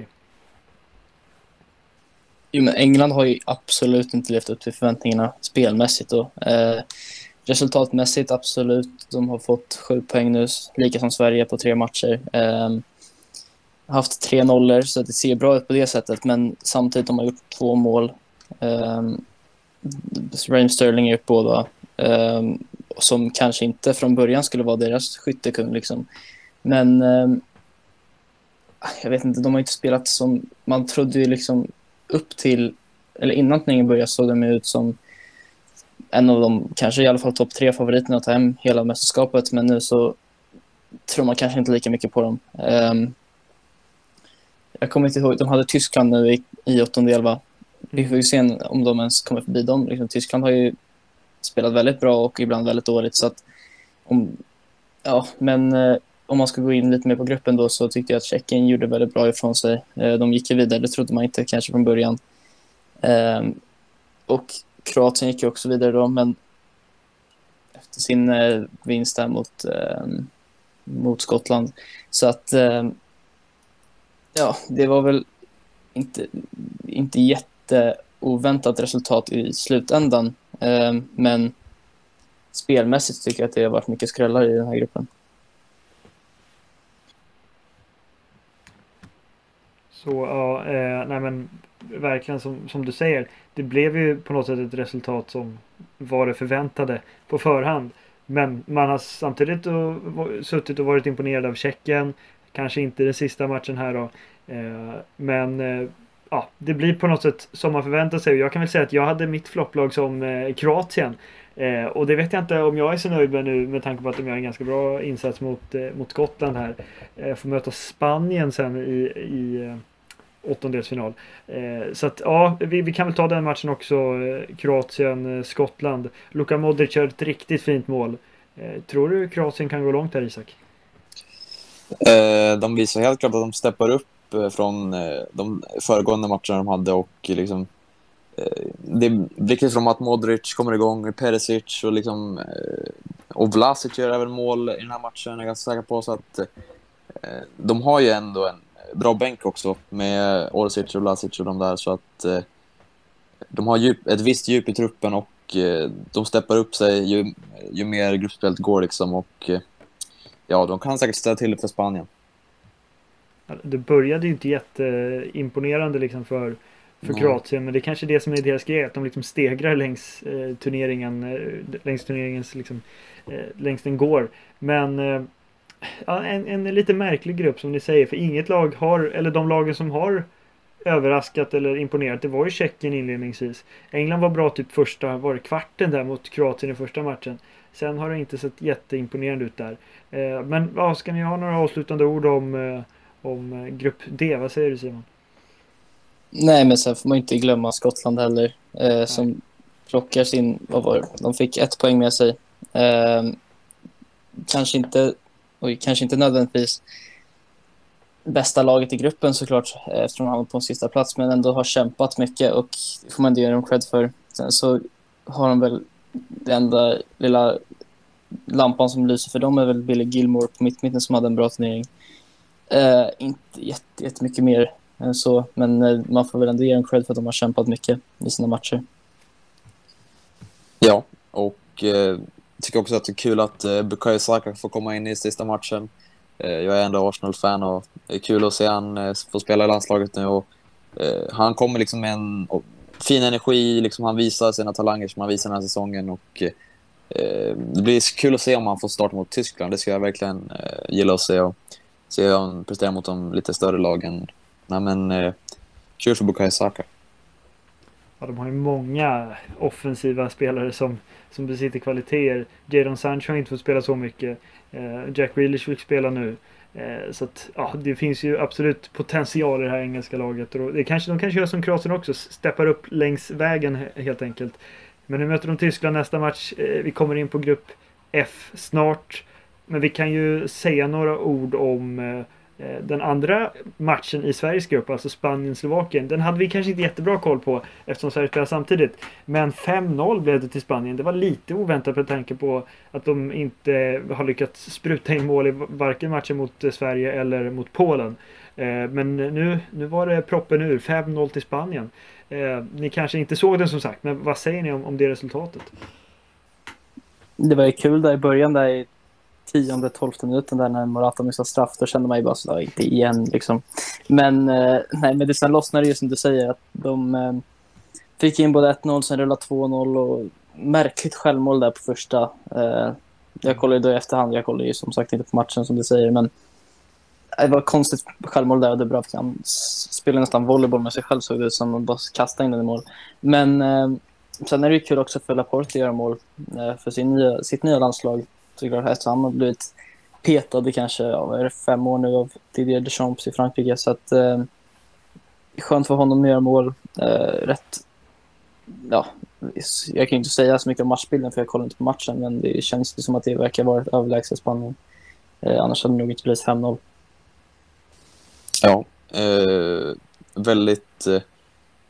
Jo, men England har ju absolut inte levt upp till förväntningarna spelmässigt. Då. Eh, resultatmässigt absolut. De har fått sju poäng nu, lika som Sverige på tre matcher. Eh, haft tre nollor, så det ser bra ut på det sättet. Men samtidigt de har gjort två mål. Eh, Raheem Sterling är upp båda. Eh, som kanske inte från början skulle vara deras skyttekung liksom. Men eh, jag vet inte, de har inte spelat som man trodde ju liksom upp till, eller innan turneringen började såg de ut som en av de, kanske i alla fall topp tre favoriterna att ta hem hela mästerskapet, men nu så tror man kanske inte lika mycket på dem. Eh, jag kommer inte ihåg, de hade Tyskland nu i, i åttondel va? Vi får ju se om de ens kommer förbi dem. Liksom, Tyskland har ju spelat väldigt bra och ibland väldigt dåligt, så att om, ja, men eh, om man ska gå in lite mer på gruppen då, så tyckte jag att Tjeckien gjorde väldigt bra ifrån sig. Eh, de gick ju vidare, det trodde man inte kanske från början. Eh, Och Kroatien gick ju också vidare då, men efter sin eh, vinst där mot, eh, mot Skottland. Så att eh, ja, det var väl inte, inte jätteoväntat resultat i slutändan. Eh, men spelmässigt tycker jag att det har varit mycket skrällar i den här gruppen. Så ja, eh, nej men verkligen som, som du säger. Det blev ju på något sätt ett resultat som var det förväntade på förhand. Men man har samtidigt och, suttit och varit imponerad av Tjeckien. Kanske inte den sista matchen här då. Eh, men eh, ja, det blir på något sätt som man förväntar sig. Jag kan väl säga att jag hade mitt flopplag som eh, Kroatien. Eh, och det vet jag inte om jag är så nöjd med nu med tanke på att de gör en ganska bra insats mot, eh, mot Skottland här. Eh, får möta Spanien sen i, i eh, åttondelsfinal. Eh, så att ja, vi, vi kan väl ta den matchen också. Eh, Kroatien, eh, Skottland. Luka Modric gör ett riktigt fint mål. Eh, tror du Kroatien kan gå långt här, Isak? Eh, de visar helt klart att de steppar upp eh, från eh, de föregående matcherna de hade och liksom eh, det blir som att Modric kommer igång, Perisic och liksom eh, och Vlasic gör även mål i den här matchen, jag är ganska säker på, så att eh, de har ju ändå en bra bänk också med Orsic och Vlasic och de där, så att eh, de har djup, ett visst djup i truppen och eh, de steppar upp sig ju, ju mer gruppspelet går liksom, och eh, ja, de kan säkert ställa till det för Spanien. Det började ju inte jätteimponerande liksom för, för Nej. Kroatien, men det är kanske det som är deras grej, att de liksom stegrar längs eh, turneringen, eh, längs turneringens liksom, eh, längs den går. Men eh, ja, en, en lite märklig grupp som ni säger, för inget lag har, eller de lagen som har överraskat eller imponerat, det var ju Tjeckien inledningsvis. England var bra typ första, var det kvarten där mot Kroatien i första matchen. Sen har det inte sett jätteimponerande ut där. Eh, men ja, ska ni ha några avslutande ord om, eh, om grupp D? Vad säger du, Simon? Nej, men sen får man inte glömma Skottland heller. Eh, som plockar sin, vad var det? De fick ett poäng med sig. Eh, kanske inte, oj, kanske inte nödvändigtvis bästa laget i gruppen såklart, eftersom de hamnat på en sista plats, men ändå har kämpat mycket och det får man inte ge dem cred för. Sen så har de väl den enda lilla lampan som lyser för dem är väl Billy Gilmore på mittmitten som hade en bra turnering. Eh, inte jätte, jättemycket mer än så, men eh, man får väl ändå ge dem cred för att de har kämpat mycket i sina matcher. Ja, och eh, tycker också att det är kul att eh, Bukayo Saka får komma in i sista matchen. Eh, jag är ändå Arsenal-fan och det är kul att se han eh, få spela i landslaget nu. Och, eh, han kommer liksom med en och, fin energi, liksom han visar sina talanger som han visar den här säsongen. Och eh, det blir kul att se om han får starta mot Tyskland. Det ska jag verkligen eh, gilla att se. Och se hur han presterar mot de lite större lagen. Nej, men eh, kul för Bukayo Saka. Ja, de har ju många offensiva spelare som, som besitter kvaliteter. Jadon Sancho har inte fått spela så mycket. Eh, Jack Grealish fick spela nu. Eh, så att, ja, det finns ju absolut potential i det här engelska laget. Och det kanske, de kanske gör som Kroatien också, steppar upp längs vägen helt enkelt. Men nu möter de Tyskland nästa match. Eh, vi kommer in på grupp F snart. Men vi kan ju säga några ord om eh, den andra matchen i Sveriges grupp, alltså Spanien-Slovakien. Den hade vi kanske inte jättebra koll på eftersom Sverige spelade samtidigt. Men fem noll blev det till Spanien. Det var lite oväntat med tanke på att de inte har lyckats spruta in mål i varken matchen mot Sverige eller mot Polen. Men nu, nu var det proppen ur. fem noll till Spanien. Ni kanske inte såg den som sagt, men vad säger ni om, om det resultatet? Det var ju kul där i början där i tionde, tolfte minuten där när Morata missade straff, då kände man ju bara sådär, inte igen liksom. Men eh, nej, men det sen lossnade ju som du säger att de eh, fick in både ett noll, sen rullade två noll och märkligt självmål där på första. Eh, jag kollade då i efterhand, jag kollade ju som sagt inte på matchen som du säger, men det var konstigt självmål där och det är bra för han spelade nästan volleyboll med sig själv, så det ut som att bara kasta in den i mål. Men eh, sen är det ju kul också för Laporte att göra mål eh, för sin nya, sitt nya landslag. Såklart, han har blivit petad i kanske ja, är det fem år nu av Didier Deschamps i Frankrike, så att eh, skönt för honom att göra mål. Eh, rätt, ja, jag kan inte säga så mycket om matchbilden för jag kollar inte på matchen, men det känns som att det verkar vara ett överlägset Spanien. Eh, annars hade det nog inte blivit fem noll. Ja, eh, väldigt eh,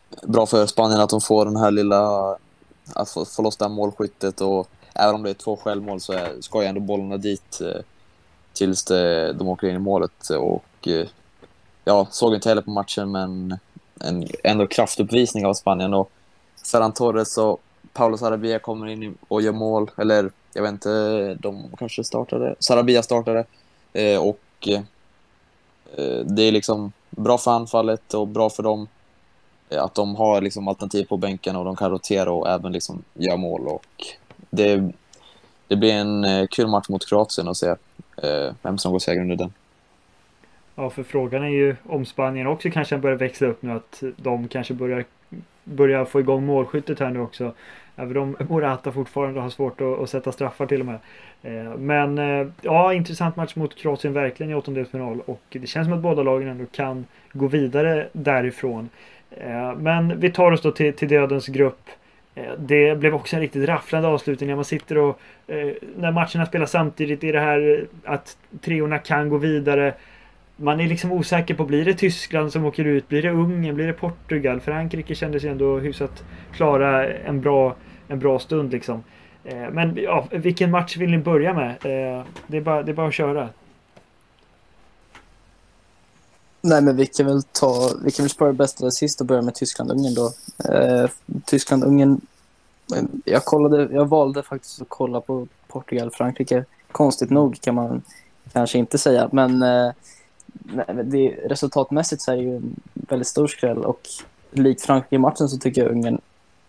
bra för Spanien att de får den här lilla, att få, få loss det här målskyttet, och även om det är två självmål så är, ska ju ändå bollarna dit eh, tills det, de åker in i målet. Och eh, ja, såg inte heller på matchen, men en ändå kraftuppvisning av Spanien. Och Ferran Torres och Paulo Sarabia kommer in och gör mål, eller jag vet inte, de kanske startade, Sarabia startade, eh, och eh, det är liksom bra för anfallet och bra för dem att de har liksom alternativ på bänken och de kan rotera och även liksom göra mål. Och det, det blir en eh, kul match mot Kroatien och se eh, vem som går seger under den. Ja, för frågan är ju om Spanien också kanske börjar växa upp nu, att de kanske börjar, börjar få igång målskyttet här nu också. Även om Morata fortfarande har svårt att, att sätta straffar till och med. Eh, men eh, ja, intressant match mot Kroatien verkligen i åttondelsfinal, och det känns som att båda lagen ändå kan gå vidare därifrån. Eh, men vi tar oss då till, till dödens grupp. Eh, det blev också en riktigt rafflande avslutning när man sitter och eh, när matcherna spelas samtidigt i det här att treorna kan gå vidare. Man är liksom osäker på, blir det Tyskland som åker ut, blir det Ungern, blir det Portugal? Frankrike kändes ju ändå hyfsat klara en bra, en bra stund liksom. Eh, men ja, vilken match vill ni börja med? Eh, det, är bara, det är bara att köra. Nej, men vi kan väl ta, vi kan väl spara det bästa sist och börja med Tyskland-Ungern då. Eh, Tyskland-Ungern, jag kollade, jag valde faktiskt att kolla på Portugal-Frankrike. Konstigt nog kan man kanske inte säga, men eh, det, resultatmässigt så är det ju en väldigt stor skräll, och likt Frankrike-matchen så tycker jag Ungern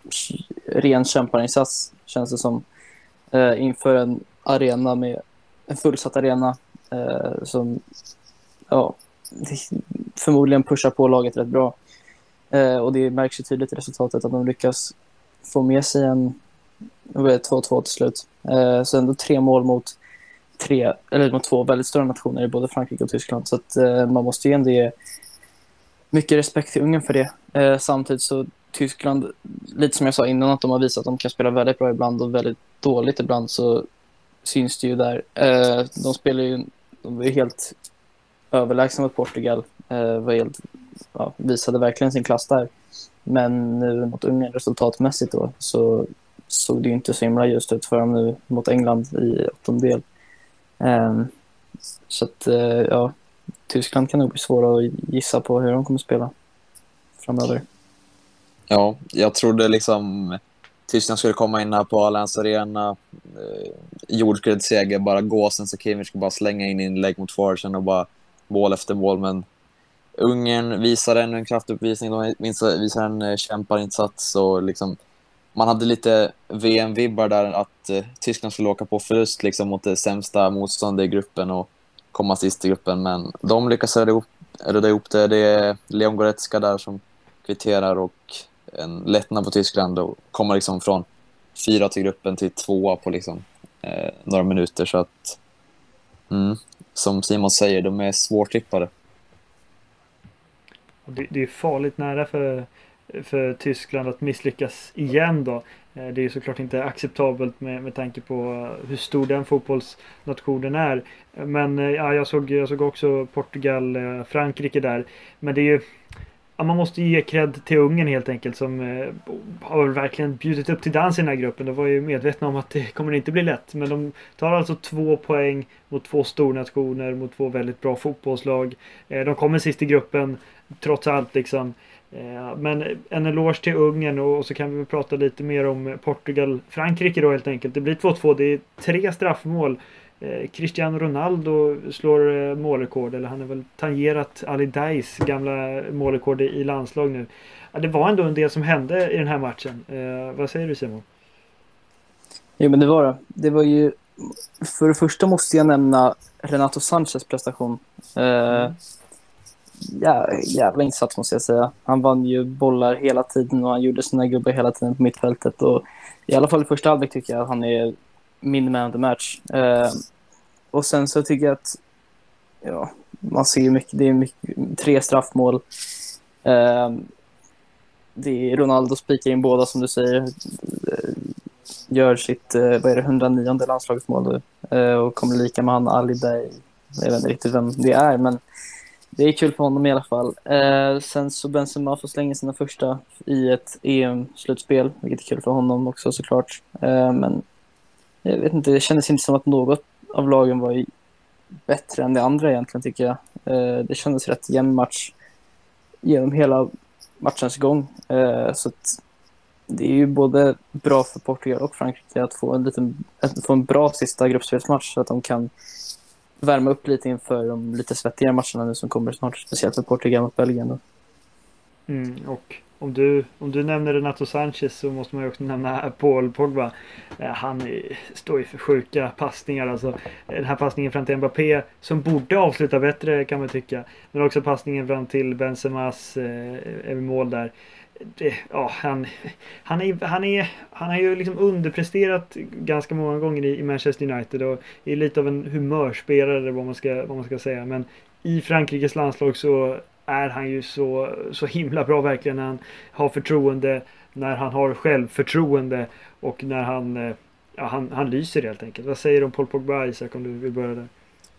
ren kämparinsats, känns det som, eh, inför en arena med en fullsatt arena eh, som ja, förmodligen pushar på laget rätt bra. Eh, och det märks ju tydligt i resultatet att de lyckas få med sig en två två till slut. Eh, så ändå tre mål mot tre, eller mot två väldigt stora nationer i både Frankrike och Tyskland. Så att eh, man måste ju ändå ge mycket respekt till Ungern för det. Eh, samtidigt så Tyskland, lite som jag sa innan, att de har visat att de kan spela väldigt bra ibland och väldigt dåligt ibland, så syns det ju där. Eh, de spelar ju, de är helt överlägsna mot Portugal. Eh, var helt, ja, visade verkligen sin klass där. Men nu mot Ungern resultatmässigt då, så såg det ju inte så himla just ut för dem nu mot England i åttondel. Eh, så att, eh, ja, Tyskland kan nog bli svåra att gissa på hur de kommer spela framöver. Ja, jag trodde liksom Tyskland skulle komma in här på Allianz Arena, eh, jordskredsseger, bara gåsen så Kimmich ska bara slänga in inlägg mot forwarden och bara mål efter mål. Men Ungern visar ännu en kraftuppvisning, de visar, visar en eh, kämparinsats, och liksom man hade lite V M-vibbar där att eh, Tyskland skulle åka på förlust liksom mot det sämsta motståndet i gruppen och komma sist i gruppen, men de lyckas röda ihop, röda ihop det. Det är Leon Goretzka där som kvitterar, och en lättnad på Tyskland och kommer liksom från fyra till gruppen till tvåa på liksom eh, några minuter, så att mm, som Simon säger, de är svårtippade. Det, det är farligt nära för, för Tyskland att misslyckas igen då. Det är såklart inte acceptabelt med, med tanke på hur stor den fotbollsnationen är. Men ja, jag såg, jag såg också Portugal, Frankrike där. Men det är ju, ja, man måste ge cred till Ungern helt enkelt, som eh, har verkligen bjudit upp till dans i den här gruppen. De var ju medvetna om att det kommer inte bli lätt. Men de tar alltså två poäng mot två stornationer, mot två väldigt bra fotbollslag. Eh, de kommer sist i gruppen trots allt liksom. Men en eloge till Ungern, och så kan vi prata lite mer om Portugal-Frankrike då helt enkelt. Det blir två två, det är tre straffmål. Cristiano Ronaldo slår målrekord, eller han har väl tangerat Ali Dais gamla målrekord i landslag nu. Det var ändå en del som hände i den här matchen. Vad säger du, Simon? Jo, men det var det. Det var ju, för det första måste jag nämna Renato Sanchez prestation. Mm. Ja, jävla insats måste jag säga. Han vann ju bollar hela tiden och han gjorde sina gubbar hela tiden på mittfältet, och i alla fall i första halvlek tycker jag att han är min man of the match. Eh, och sen så tycker jag att ja, man ser ju mycket, det är mycket, tre straffmål. Eh, det är Ronaldo spikar in båda som du säger. Gör sitt, vad är det, hundranionde landslagsmål nu, eh, och kommer lika med han Ali Day. Jag vet inte riktigt vem det är, men det är kul för honom i alla fall. Eh, sen så Benzema får slänga sina första i ett E M-slutspel, vilket är kul för honom också såklart. Eh, men jag vet inte, det kändes inte som att något av lagen var bättre än det andra egentligen, tycker jag. Eh, det kändes rätt jämn match genom hela matchens gång. Eh, så att det är ju både bra för Portugal och Frankrike att få en, liten, att få en bra sista gruppspelsmatch så att de kan värma upp lite inför de lite svettigare matcherna nu som kommer snart, speciellt för Portugal mot Belgien då. Mm, och om du, om du nämner Renato Sanchez så måste man ju också nämna Paul Pogba. Eh, han är, står ju för sjuka passningar. Alltså, den här passningen fram till Mbappé som borde avsluta bättre kan man tycka. Men också passningen fram till Benzemas eh, mål där. Det, ja, han, han, är, han, är, han har ju liksom underpresterat ganska många gånger i, i Manchester United och är lite av en humörspelare vad man ska, vad man ska säga. Men i Frankrikes landslag så är han ju så, så himla bra verkligen när han har förtroende, när han har självförtroende och när han, ja, han, han lyser helt enkelt. Vad säger du om Paul Pogba, Isak, om du vill börja där?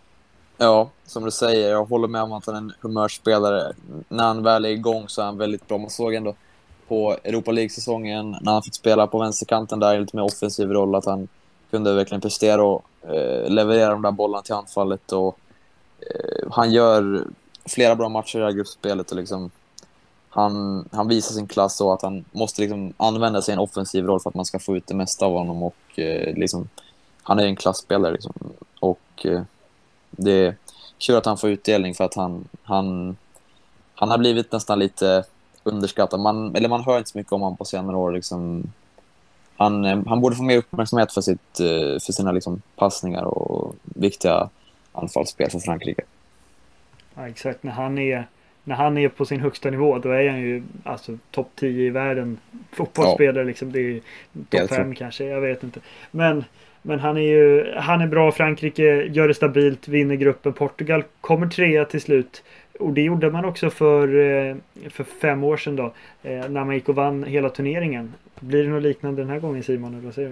Ja, som du säger, jag håller med om att han är en humörspelare. När han väl är igång så är han väldigt bra. Man såg ändå på Europa League-säsongen när han fick spela på vänsterkanten där i lite mer offensiv roll att han kunde verkligen prestera och eh, leverera de där bollarna till anfallet. Och, eh, han gör flera bra matcher i det här gruppspelet och liksom, han, han visar sin klass och att han måste liksom använda sig i en offensiv roll för att man ska få ut det mesta av honom. Och, eh, liksom, han är en klassspelare. Liksom. Och eh, det är kul att han får utdelning för att han, han, han har blivit nästan lite underskattad. Man, eller man hör inte så mycket om honom på senare år. Liksom. Han, han borde få mer uppmärksamhet för, sitt, för sina liksom, passningar och viktiga anfallsspel för Frankrike. Ja, exakt. När han är när han är på sin högsta nivå då är han ju alltså topp tio i världen fotbollsspelare. Ja. Liksom. Det är topp fem kanske, jag vet inte. Men Men han är ju han är bra. Frankrike gör det stabilt, vinner gruppen. Portugal kommer trea till slut. Och det gjorde man också för, för fem år sedan då. När man gick och vann hela turneringen. Blir det något liknande den här gången, Simon? Eller vad säger du?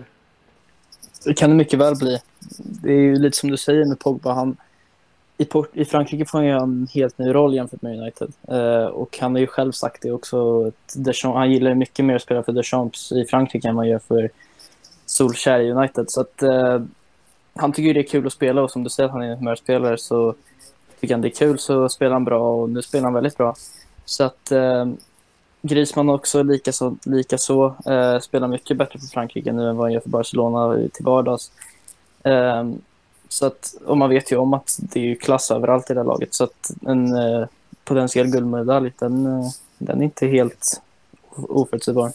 Det kan det mycket väl bli. Det är ju lite som du säger med Pogba. Han, i, Port, I Frankrike får han ju en helt ny roll jämfört med United. Eh, och han har ju själv sagt det också. Att Deschamps, han gillar mycket mer att spela för Deschamps i Frankrike än man gör för Solskjaer i United. Så att eh, han tycker det är kul att spela och som du säger, han är en humörspelare, så tycker han det är kul så spelar han bra och nu spelar han väldigt bra. Så att eh, Griezmann också lika så, lika så eh, spelar mycket bättre för Frankrike nu än vad han gör för Barcelona till vardags. Eh, så att, och man vet ju om att det är ju klass överallt i det här laget, så att en eh, potentiell guldmedalj den, eh, den är inte helt oförutsägbar.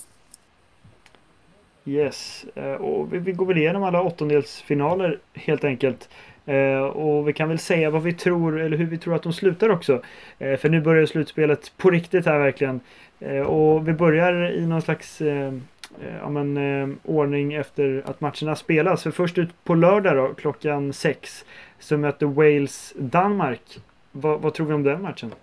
Yes, och vi går väl igenom alla åttondelsfinaler helt enkelt. Och vi kan väl säga vad vi tror, eller hur vi tror att de slutar också. För nu börjar slutspelet på riktigt här verkligen. Och vi börjar i någon slags ja, men, ordning efter att matcherna spelas. För först ut på lördag då, klockan sex, så möter Wales Danmark. Vad, vad tror vi om den matchen?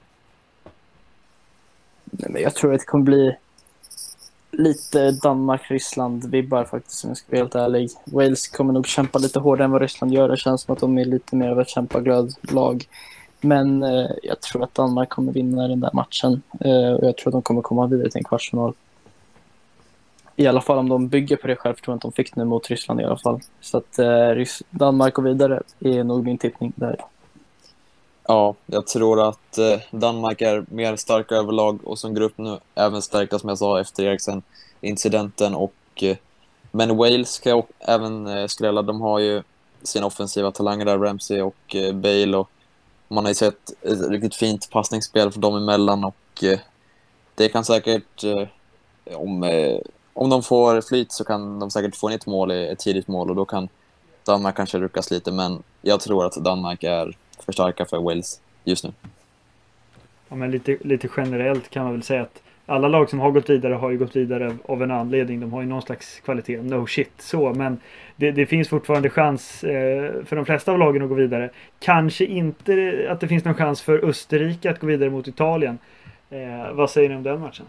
Nej, men jag tror att det kommer bli lite Danmark-Ryssland-vibbar faktiskt, om jag ska vara helt ärlig. Wales kommer nog kämpa lite hårdare än vad Ryssland gör. Det känns som att de är lite mer av ett kämpaglöd lag. Men eh, jag tror att Danmark kommer vinna den där matchen. Eh, och jag tror att de kommer komma vidare till en kvartsfinal. I alla fall om de bygger på det självförtroendet de fick nu mot Ryssland i alla fall. Så att eh, Danmark går vidare är nog min tippning där. Ja, jag tror att eh, Danmark är mer starka överlag och som grupp nu även stärkta som jag sa efter Eriksen-incidenten. Och, eh, men Wales kan jag även eh, skrälla. De har ju sina offensiva talanger där, Ramsey och eh, Bale. Och man har ju sett ett riktigt fint passningsspel för dem emellan. Och eh, det kan säkert, eh, om, eh, om de får flyt så kan de säkert få ett mål, ett tidigt mål. Och då kan Danmark kanske ryckas lite. Men jag tror att Danmark är för starka för Wales just nu. Ja, men lite, lite generellt kan man väl säga att alla lag som har gått vidare har ju gått vidare av en anledning. De har ju någon slags kvalitet. No shit, så. Men det, det finns fortfarande chans eh, för de flesta av lagen att gå vidare. Kanske inte att det finns någon chans för Österrike att gå vidare mot Italien. Eh, vad säger ni om den matchen?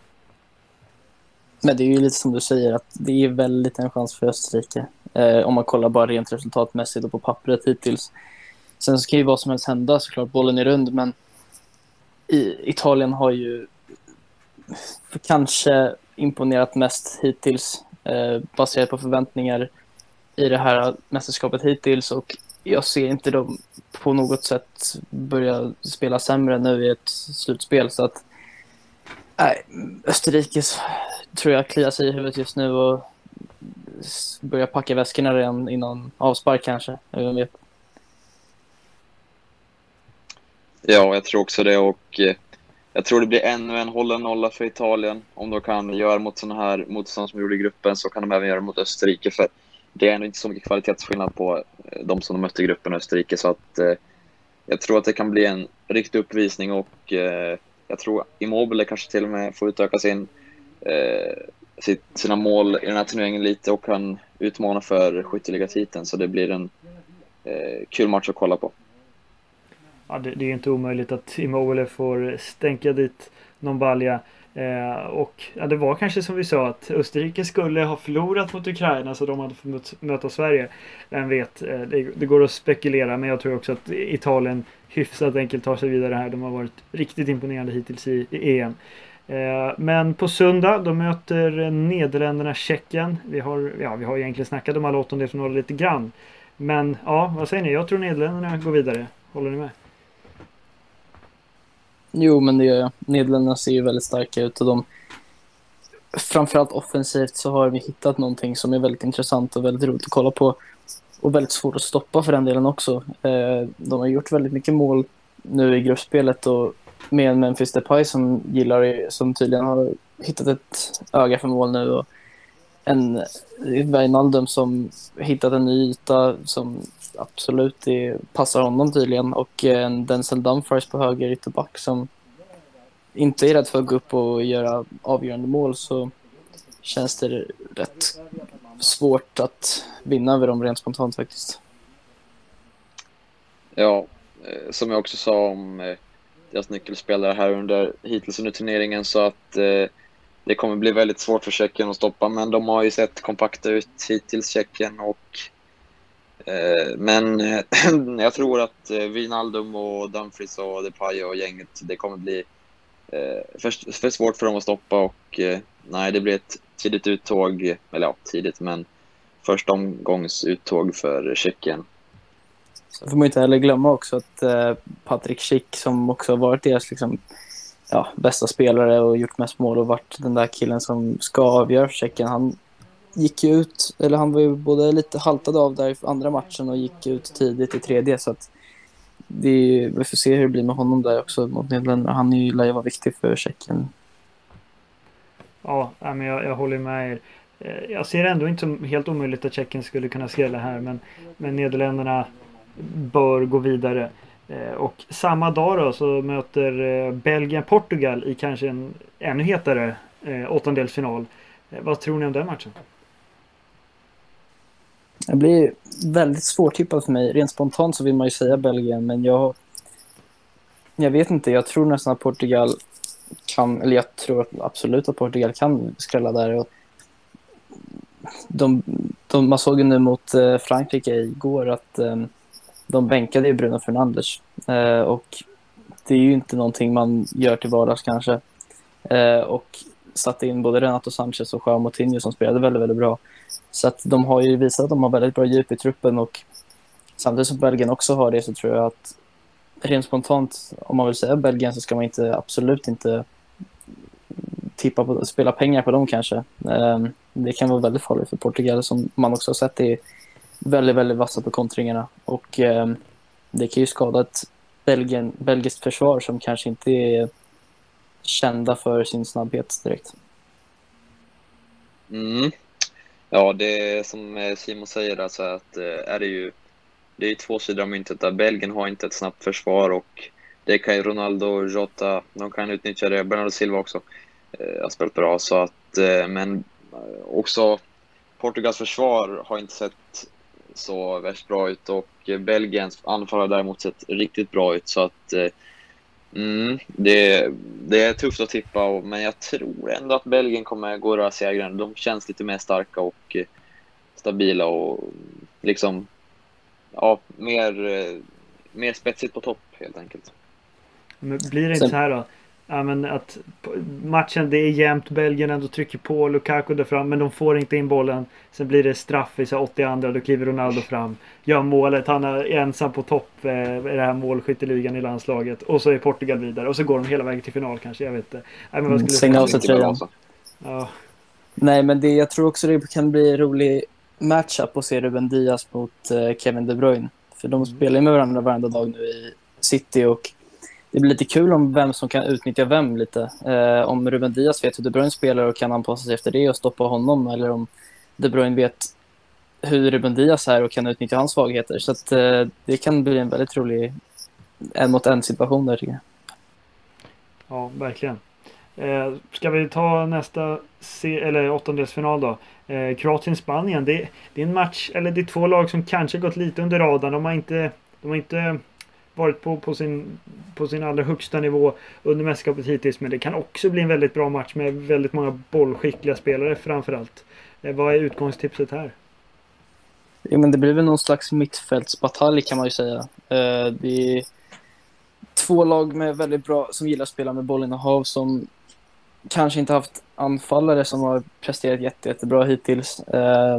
Men det är ju lite som du säger att det är väldigt en chans för Österrike. Eh, om man kollar bara rent resultatmässigt och på pappret hittills. Sen så kan ju vad som helst hända, såklart bollen är rund, men i, Italien har ju kanske imponerat mest hittills eh, baserat på förväntningar i det här mästerskapet hittills, och jag ser inte dem på något sätt börja spela sämre nu i ett slutspel, så att nej, Österrike tror jag kliar sig i huvudet just nu och börjar packa väskorna redan innan avspark kanske, jag vet. Ja, jag tror också det, och eh, jag tror det blir ännu en hållen nolla för Italien. Om de kan göra mot sådana här motstånd som de gjorde i gruppen, så kan de även göra mot Österrike, för det är ändå inte så mycket kvalitetsskillnad på eh, de som de mötte i gruppen Österrike, så att eh, jag tror att det kan bli en riktig uppvisning, och eh, jag tror Immobile kanske till och med får utöka sin, eh, sitt, sina mål i den här turneringen lite och kan utmana för skytteligatiteln, så det blir en eh, kul match att kolla på. Ja, det, det är inte omöjligt att Immobile får stänka dit någon balja. Eh, och ja, det var kanske som vi sa att Österrike skulle ha förlorat mot Ukraina så de hade fått möta Sverige. Vem vet, eh, det, det går att spekulera, men jag tror också att Italien hyfsat enkelt tar sig vidare här. De har varit riktigt imponerande hittills i, i E M. Eh, men på söndag då möter Nederländerna Tjeckien. Vi har, ja, vi har egentligen snackat om alla åttondelsfinaler lite grann. Men ja, vad säger ni? Jag tror Nederländerna går vidare. Håller ni med? Jo, men det gör jag. Nederländerna ser ju väldigt starka ut, och de, framförallt offensivt, så har vi hittat någonting som är väldigt intressant och väldigt roligt att kolla på, och väldigt svårt att stoppa för den delen också. De har gjort väldigt mycket mål nu i gruppspelet, och med en Memphis Depay som gillar, som tydligen har hittat ett öga för mål nu, och en Wijnaldum som hittat en ny yta som absolut det passar honom tydligen, och en Denzel Dumfries på höger ytterback som inte är rädd för att gå upp och göra avgörande mål, så känns det rätt svårt att vinna över dem rent spontant faktiskt. Ja, som jag också sa om deras nyckelspelare här under hittills under turneringen, så att eh, det kommer bli väldigt svårt för Tjeckien att stoppa, men de har ju sett kompakta ut hittills, Tjeckien, och eh, men eh, jag tror att eh, Wijnaldum och Dumfries och Depay och gänget, det kommer bli eh, för, för svårt för dem att stoppa, och eh, nej, det blir ett tidigt uttåg, eller ja, tidigt, men första omgångs uttåg för Tjeckien. Så får man inte heller glömma också att eh, Patrik Schick, som också har varit deras liksom, ja, bästa spelare och gjort mest mål och varit den där killen som ska avgöra för Tjeckien, han gick ju ut, eller han var ju både lite haltad av där i andra matchen och gick ut tidigt i tredje, så att det, vi får se hur det blir med honom där också mot Nederländerna. Han är ju, lär ju vara viktig för Tjeckien. Ja, men jag, jag håller med er. Jag ser ändå inte som helt omöjligt att Tjeckien skulle kunna skrälla här, men, men Nederländerna bör gå vidare. Och samma dag då så möter Belgien Portugal i kanske en ännu hetare åttondelsfinal. Vad tror ni om den matchen? Det blir väldigt svårtippat för mig. Rent spontant så vill man ju säga Belgien, men jag jag vet inte, jag tror nästan att Portugal kan, eller jag tror absolut att Portugal kan skrälla där, och de, de, man såg ju nu mot eh, Frankrike igår att eh, de bänkade ju Bruno Fernandes, eh, och det är ju inte någonting man gör till vardags kanske, eh, och satte in både Renato Sanchez och Joao Moutinho som spelade väldigt, väldigt bra, så att de har ju visat att de har väldigt bra djup i truppen, och samtidigt som Belgien också har det, så tror jag att rent spontant, om man vill säga Belgien, så ska man inte, absolut inte tippa på, spela pengar på dem kanske. Eh, det kan vara väldigt farligt för Portugal, som man också har sett är väldigt, väldigt vassa på kontringarna, och eh, det kan ju skada ett Belgien, belgiskt försvar som kanske inte är kända för sin snabbhet direkt. Mm. Ja, det är som Simon säger, alltså att är det ju det är två sidor av myntet där. Belgien har inte ett snabbt försvar, och det kan ju Ronaldo, Jota, de kan utnyttja det. Bernardo Silva också eh, har spelat bra, så att eh, men också Portugals försvar har inte sett så värst bra ut, och Belgiens anfall har däremot sett riktigt bra ut, så att eh, mm, det, det är tufft att tippa, men jag tror ändå att Belgien kommer gå röra segern. De känns lite mer starka och eh, stabila, och liksom ja, mer, mer spetsigt på topp helt enkelt. Men blir det inte Sen- så här då? Ja, men att på- matchen, det är jämnt, Belgien ändå trycker på, Lukaku där fram, men de får inte in bollen. Sen blir det straff i så här åttio andra, då kliver Ronaldo fram, gör målet, han är ensam på topp eh, i det här målskytteligan i landslaget. Och så är Portugal vidare, och så går de hela vägen till final kanske, jag vet inte. Nej, men vad Mm, skulle stäng du av säga? sig tröjan. Ja, Nej, men det, jag tror också det kan bli en rolig matchup att se Ruben Diaz mot eh, Kevin De Bruyne. För de Mm. spelar ju med varandra varenda dag nu i City och det blir lite kul om vem som kan utnyttja vem lite. Eh, om Ruben Diaz vet hur De Bruyne spelar och kan anpassa sig efter det och stoppa honom, eller om De Bruyne vet hur Ruben Diaz är och kan utnyttja hans svagheter. Så att, eh, det kan bli en väldigt rolig en mot en situation där, tycker jag. ja, verkligen. Eh, ska vi ta nästa se- eller åttondelsfinal då? Eh, Kroatien-Spanien. Det, det är en match, eller det är två lag som kanske gått lite under radarn. De har inte, de har inte varit på, på, sin, på sin allra högsta nivå under mästerskapet hittills. Men det kan också bli en väldigt bra match med väldigt många bollskickliga spelare framförallt. Eh, vad är utgångstipset här? Ja, men det blir väl någon slags mittfältsbatalj, kan man ju säga. Eh, det är två lag med väldigt bra, som gillar att spela med bollinnehav, som kanske inte haft anfallare som har presterat jätte, jättebra hittills. Eh,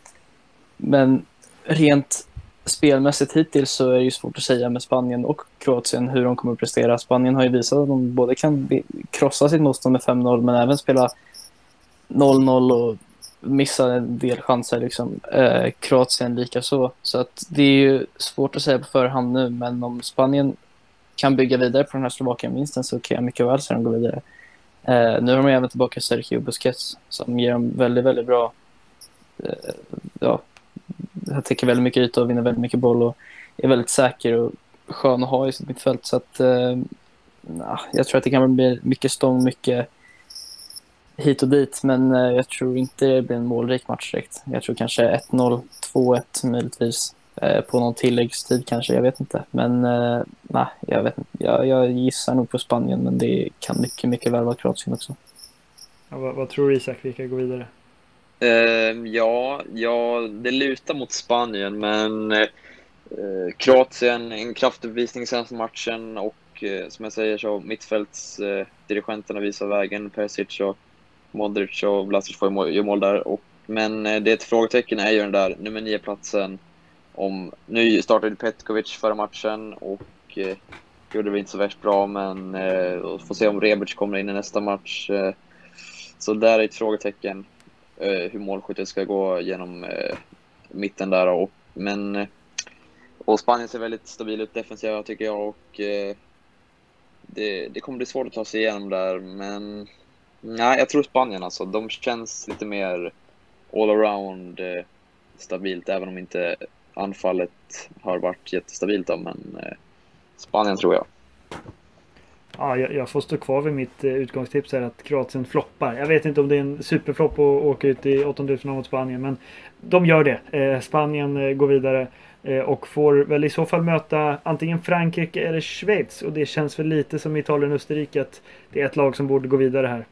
men rent spelmässigt hittills så är det ju svårt att säga med Spanien och Kroatien hur de kommer att prestera. Spanien har ju visat att de både kan be- krossa sitt motstånd med fem noll, men även spela noll noll och missa en del chanser. Liksom. Eh, Kroatien lika så. Så att det är ju svårt att säga på förhand nu, men om Spanien kan bygga vidare på den här Slovakien-vinsten så kan jag mycket väl se dem gå vidare. Eh, nu har de även tillbaka Sergio Busquets som ger dem väldigt, väldigt bra. Eh, ja, han täcker väldigt mycket yta och vinner väldigt mycket boll och är väldigt säker och skön att ha i sitt mittfält. Så att, eh, nah, jag tror att det kan bli mycket stång, mycket hit och dit, men eh, jag tror inte det blir en målrik match direkt. Jag tror kanske ett noll, två ett möjligtvis. Eh, på någon tilläggstid kanske, jag vet inte. Men eh, nej, jag vet inte. Jag, jag gissar nog på Spanien, men det kan mycket, mycket väl vara Kroatien också. Ja, vad, vad tror du, Isak, vilka går vidare? Ehm, ja, ja, det lutar mot Spanien, men eh, Kroatien, en kraftuppvisning i senaste matchen och eh, som jag säger så mittfältsdirigenterna eh, visar vägen. Perisic och Modric och Vlasic får ju mål, gör mål där. Och, men eh, det är ett frågetecken är ju den där nummer nio platsen. Om, nu startade Petkovic förra matchen och eh, gjorde det inte så värst bra, men eh, får se om Rebic kommer in i nästa match. Eh, så där är ett frågetecken eh, hur målskyttet ska gå genom eh, mitten där. Och, men eh, och Spanien ser väldigt stabil ut defensiva, tycker jag, och eh, det, det kommer bli svårt att ta sig igenom där, men nej, jag tror Spanien alltså. De känns lite mer all around eh, stabilt, även om inte anfallet har varit jättestabilt då, men eh, Spanien tror jag. Ja, jag, jag får stå kvar vid mitt eh, utgångstips här att Kroatien floppar. Jag vet inte om det är en superflopp att åka ut i åttondelsfinal mot Spanien, men de gör det. Eh, Spanien eh, går vidare eh, och får väl i så fall möta antingen Frankrike eller Schweiz, och det känns väl lite som Italien och Österrike att det är ett lag som borde gå vidare här.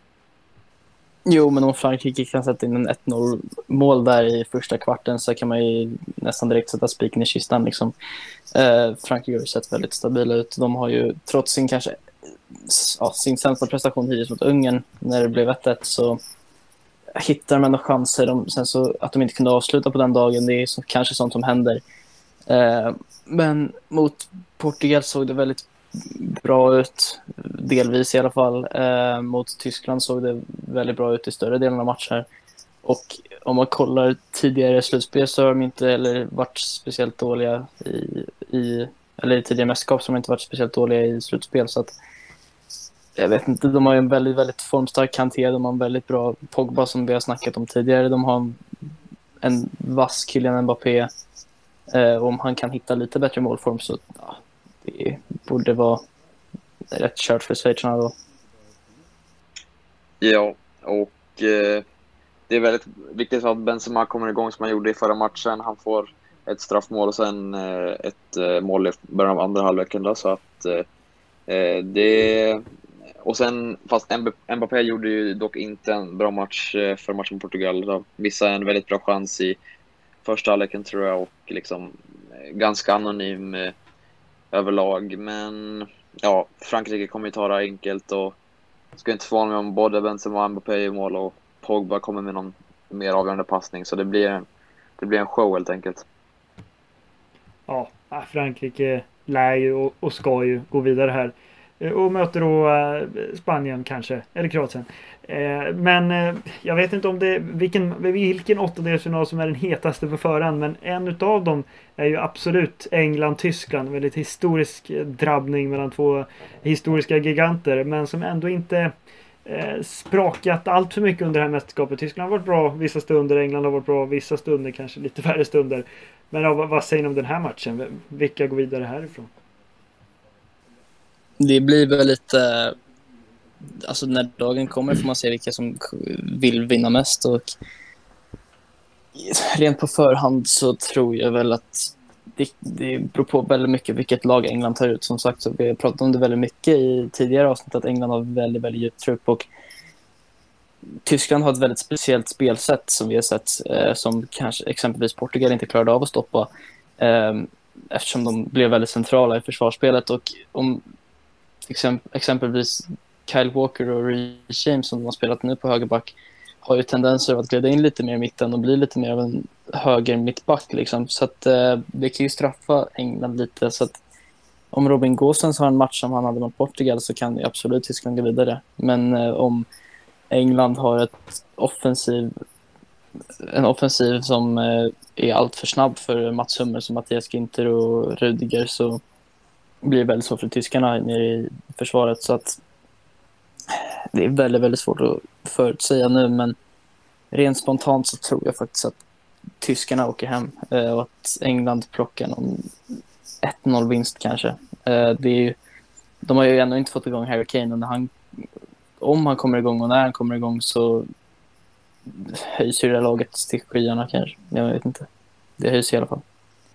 Jo, men om Frankrike kan sätta in en ett noll mål där i första kvarten så kan man ju nästan direkt sätta spiken i kistan. Liksom. Eh, Frankrike har ju sett väldigt stabila ut. De har ju, trots sin kanske ja, sin sämsta prestation hittills mot Ungern när det blev ett ett, så hittar de ändå chanser. De, sen så att de inte kunde avsluta på den dagen, det är så, kanske sånt som händer. Eh, men mot Portugal såg det väldigt bra ut, delvis i alla fall. Eh, mot Tyskland såg det väldigt bra ut i större delen av matcher. Och om man kollar tidigare slutspel så har de inte heller varit speciellt dåliga i, i eller i tidigare mästerskap så har de inte varit speciellt dåliga i slutspel. Så att jag vet inte, de har ju en väldigt, väldigt formstark Kanté, de har en väldigt bra Pogba som vi har snackat om tidigare. De har en, en vass Kylian Mbappé. Eh, om han kan hitta lite bättre målform så ja, det borde vara rätt kört för schweizarna då. Ja, och eh, det är väldigt viktigt att Benzema kommer igång som han gjorde i förra matchen. Han får ett straffmål och sen eh, ett eh, mål i början av andra halvleken då, så att eh, det och sen, fast Mbappé gjorde ju dock inte en bra match eh, för matchen mot Portugal då. Missade en väldigt bra chans i första halvleken tror jag, och liksom eh, ganska anonym eh, överlag, men ja, Frankrike kommer ju ta det enkelt och ska inte förvåna mig om både Benzema och Mbappé i mål och Pogba kommer med någon mer avgörande passning. Så det blir en, det blir en show helt enkelt. Ja, Frankrike lär ju och, och ska ju gå vidare här. Och möter då eh, Spanien kanske, eller Kroatien. Eh, men eh, jag vet inte om det vilken, vilken åttondelsfinal som är den hetaste på förhand. Men en utav dem är ju absolut England-Tyskland. Väldigt historisk drabbning mellan två historiska giganter. Men som ändå inte eh, sprakat allt för mycket under det här mästerskapet. Tyskland har varit bra vissa stunder, England har varit bra vissa stunder, kanske lite färre stunder. Men ja, vad, vad säger ni om den här matchen? Vilka går vidare härifrån? Det blir väl lite... Alltså när dagen kommer får man se vilka som vill vinna mest. Och rent på förhand så tror jag väl att det, det beror på väldigt mycket vilket lag England tar ut. Som sagt så vi har pratat om det väldigt mycket i tidigare avsnitt att England har väldigt, väldigt djup trupp. Och Tyskland har ett väldigt speciellt spelsätt som vi har sett. Eh, som kanske exempelvis Portugal inte klarade av att stoppa. Eh, eftersom de blev väldigt centrala i försvarsspelet. Och om exempelvis Kyle Walker och Reece James som de har spelat nu på högerback har ju tendenser att glida in lite mer i mitten och bli lite mer av en höger mittback liksom. Så att eh, det kan ju straffa England lite. Så att om Robin Gosens har en match som han hade mot Portugal så kan det absolut Tyskland gå vidare. Men eh, om England har ett offensiv en offensiv som eh, är allt för snabb för Mats Hummels som Mattias Ginter och Rudiger så blir det väldigt svårt för tyskarna nere i försvaret. Så att det är väldigt, väldigt svårt att förutsäga nu, men rent spontant så tror jag faktiskt att tyskarna åker hem eh, och att England plockar någon ett noll-vinst kanske. Eh, det är ju, de har ju ännu inte fått igång Harry Kane och när han, om han kommer igång och när han kommer igång så höjs ju det laget till skyarna kanske. Jag vet inte. Det höjs i alla fall.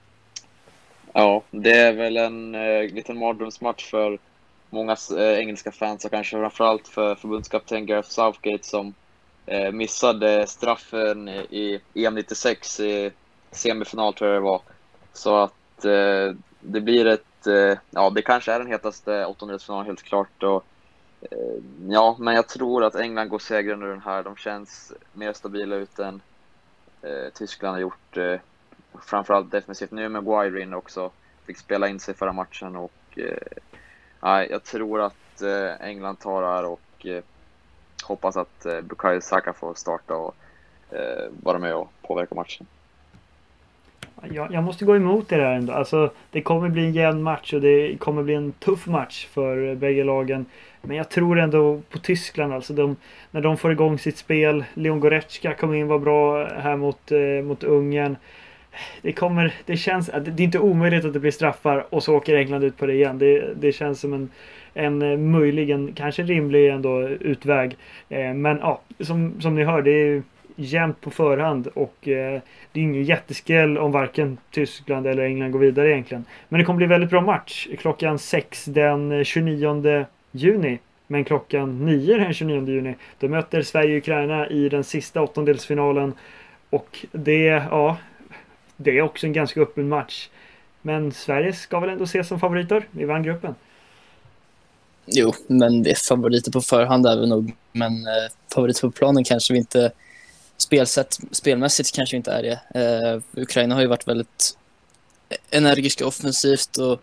Ja, det är väl en eh, liten mardrömsmatch för många eh, engelska fans och kanske framförallt för förbundskapten Gareth Southgate som eh, missade straffen i E M nittiosex i semifinal tror jag det var. Så att eh, det blir ett, eh, ja det kanske är den hetaste åttondelsfinalen helt klart. Och, eh, ja, men jag tror att England går segrande ur den här. De känns mer stabila ut än eh, Tyskland har gjort. Eh, framförallt defensivt. Nu är Maguire in också. Fick spela in sig förra matchen och eh, nej, jag tror att eh, England tar det här och eh, hoppas att eh, Bukayo Saka får starta och eh, vara med och påverka matchen. Jag, jag måste gå emot det här ändå. Alltså, det kommer bli en jämn match och det kommer bli en tuff match för bägge lagen. Men jag tror ändå på Tyskland. Alltså de, när de får igång sitt spel. Leon Goretzka kommer in var bra här mot, eh, mot Ungern. Det kommer, det känns, det är inte omöjligt att det blir straffar och så åker England ut på det igen. Det, det känns som en, en möjligen, kanske rimlig ändå utväg. Eh, men ja, som, som ni hör, det är ju jämnt på förhand och eh, det är ingen jätteskräll om varken Tyskland eller England går vidare egentligen. Men det kommer bli väldigt bra match klockan sex den tjugonionde juni. Men klockan nio den tjugonionde juni då möter Sverige och Ukraina i den sista åttondelsfinalen och det, ja, det är också en ganska öppen match. Men Sverige ska väl ändå ses som favoriter. Vi vann gruppen. Jo, men det är favoriter på förhand är vi nog. Men eh, favoriter på planen kanske vi inte... Spelsätt, spelmässigt kanske vi inte är det. Eh, Ukraina har ju varit väldigt energiska offensivt och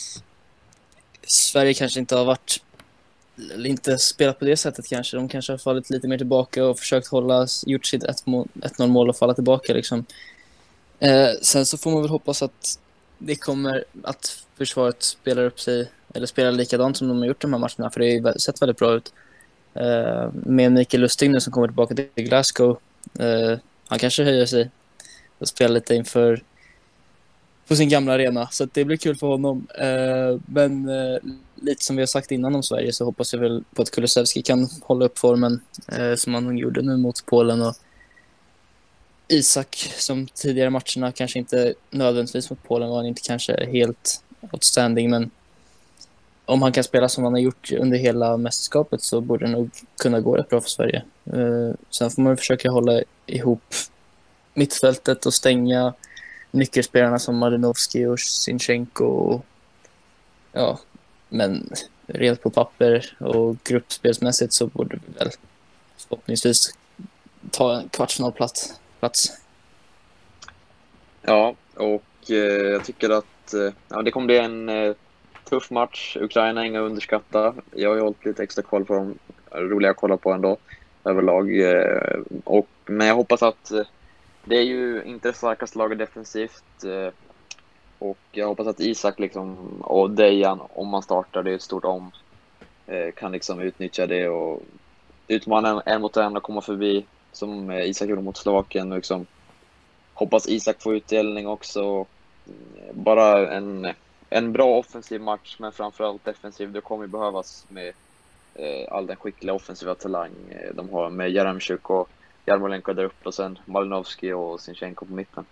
Sverige kanske inte har varit... Eller inte spelat på det sättet kanske. De kanske har fallit lite mer tillbaka och försökt hålla... Gjort sitt ett noll-mål och falla tillbaka liksom. Eh, sen så får man väl hoppas att det kommer att försvaret spelar upp sig eller spelar likadant som de har gjort de här matcherna för det har sett väldigt bra ut. Eh, med Mikael Lustig nu som kommer tillbaka till Glasgow. Eh, han kanske höjer sig och spelar lite inför på sin gamla arena så att det blir kul för honom. Eh, men eh, lite som vi har sagt innan om Sverige så hoppas jag väl på att Kulusevski kan hålla upp formen eh, som han gjorde nu mot Polen och Isak som tidigare matcherna kanske inte nödvändigtvis mot Polen var han inte kanske helt outstanding men om han kan spela som han har gjort under hela mästerskapet så borde det nog kunna gå rätt bra för Sverige. Uh, sen får man försöka hålla ihop mittfältet och stänga nyckelspelarna som Malinovski och Sinchenko. Och, ja, men rent på papper och gruppspelsmässigt så borde vi väl förhoppningsvis ta en kvartsfinalplats. Plats. Ja, och eh, jag tycker att eh, ja, det kommer bli en eh, tuff match. Ukraina är inga underskatta. Jag har ju hållit lite extra koll på dem. Roliga att kolla på ändå överlag. Eh, och, men jag hoppas att eh, det är ju inte det starkaste laget defensivt. Eh, och jag hoppas att Isak liksom, och Dejan, om man startar, det är ett stort om, eh, kan liksom utnyttja det och utmana en, en mot en och komma förbi som eh, Isak gjorde mot Slovakien. Och liksom, hoppas Isak får utdelning också. Bara en, en bra offensiv match, men framförallt defensiv. Det kommer behövas med eh, all den skickliga offensiva talang eh, de har med Jaremchuk och Jarmolenko där uppe och sen Malinovski och Sinchenko på mitten.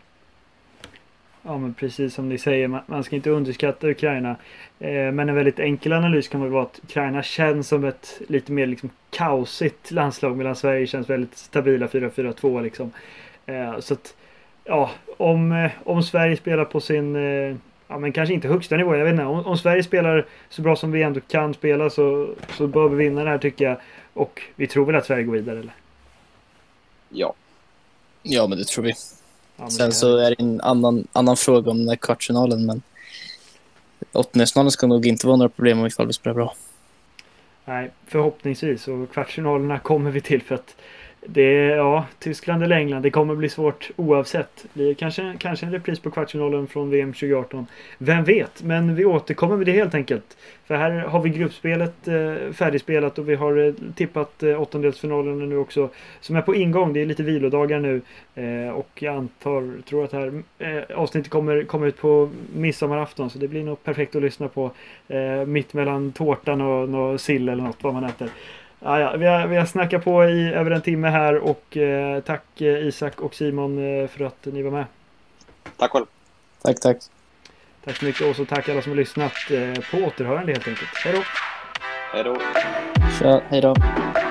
Ja, men precis som ni säger, man, man ska inte underskatta Ukraina. Eh, men en väldigt enkel analys kan väl vara att Ukraina känns som ett lite mer liksom kaosigt landslag, medan Sverige känns väldigt stabila fyra fyra två liksom. Eh, så att, ja, om, eh, om Sverige spelar på sin, eh, ja men kanske inte högsta nivå, jag vet inte, om, om Sverige spelar så bra som vi ändå kan spela så, så bör vi vinna det här tycker jag. Och vi tror väl att Sverige går vidare, eller? Ja. Ja, men det tror vi. Ja, men Sen det så är det en annan, annan fråga om den här kvartsfinalen, men åttondelsfinalen ska nog inte vara några problem om ifall vi spelar bra. Nej, förhoppningsvis. Och kvartsfinalerna kommer vi till för att det är, ja, Tyskland eller England, det kommer bli svårt oavsett. Det blir kanske, kanske en repris på kvartsfinalen från V M tjugo arton. Vem vet, men vi återkommer med det helt enkelt. För här har vi gruppspelet eh, färdigspelat och vi har eh, tippat eh, åttondelsfinalen nu också som är på ingång. Det är lite vilodagar nu eh, och jag antar, tror att det här eh, avsnittet kommer komma ut på midsommarafton, så det blir nog perfekt att lyssna på eh, mitt mellan tårtan och något sill eller något vad man äter. Ja, ja, vi, har, vi har snackat på i över en timme här och eh, tack eh, Isak och Simon eh, för att ni var med. Tack själv. Tack, tack. Tack så mycket och så tack alla som har lyssnat eh, på återhörande helt enkelt. Hej då! Hej då! Tja, hej då.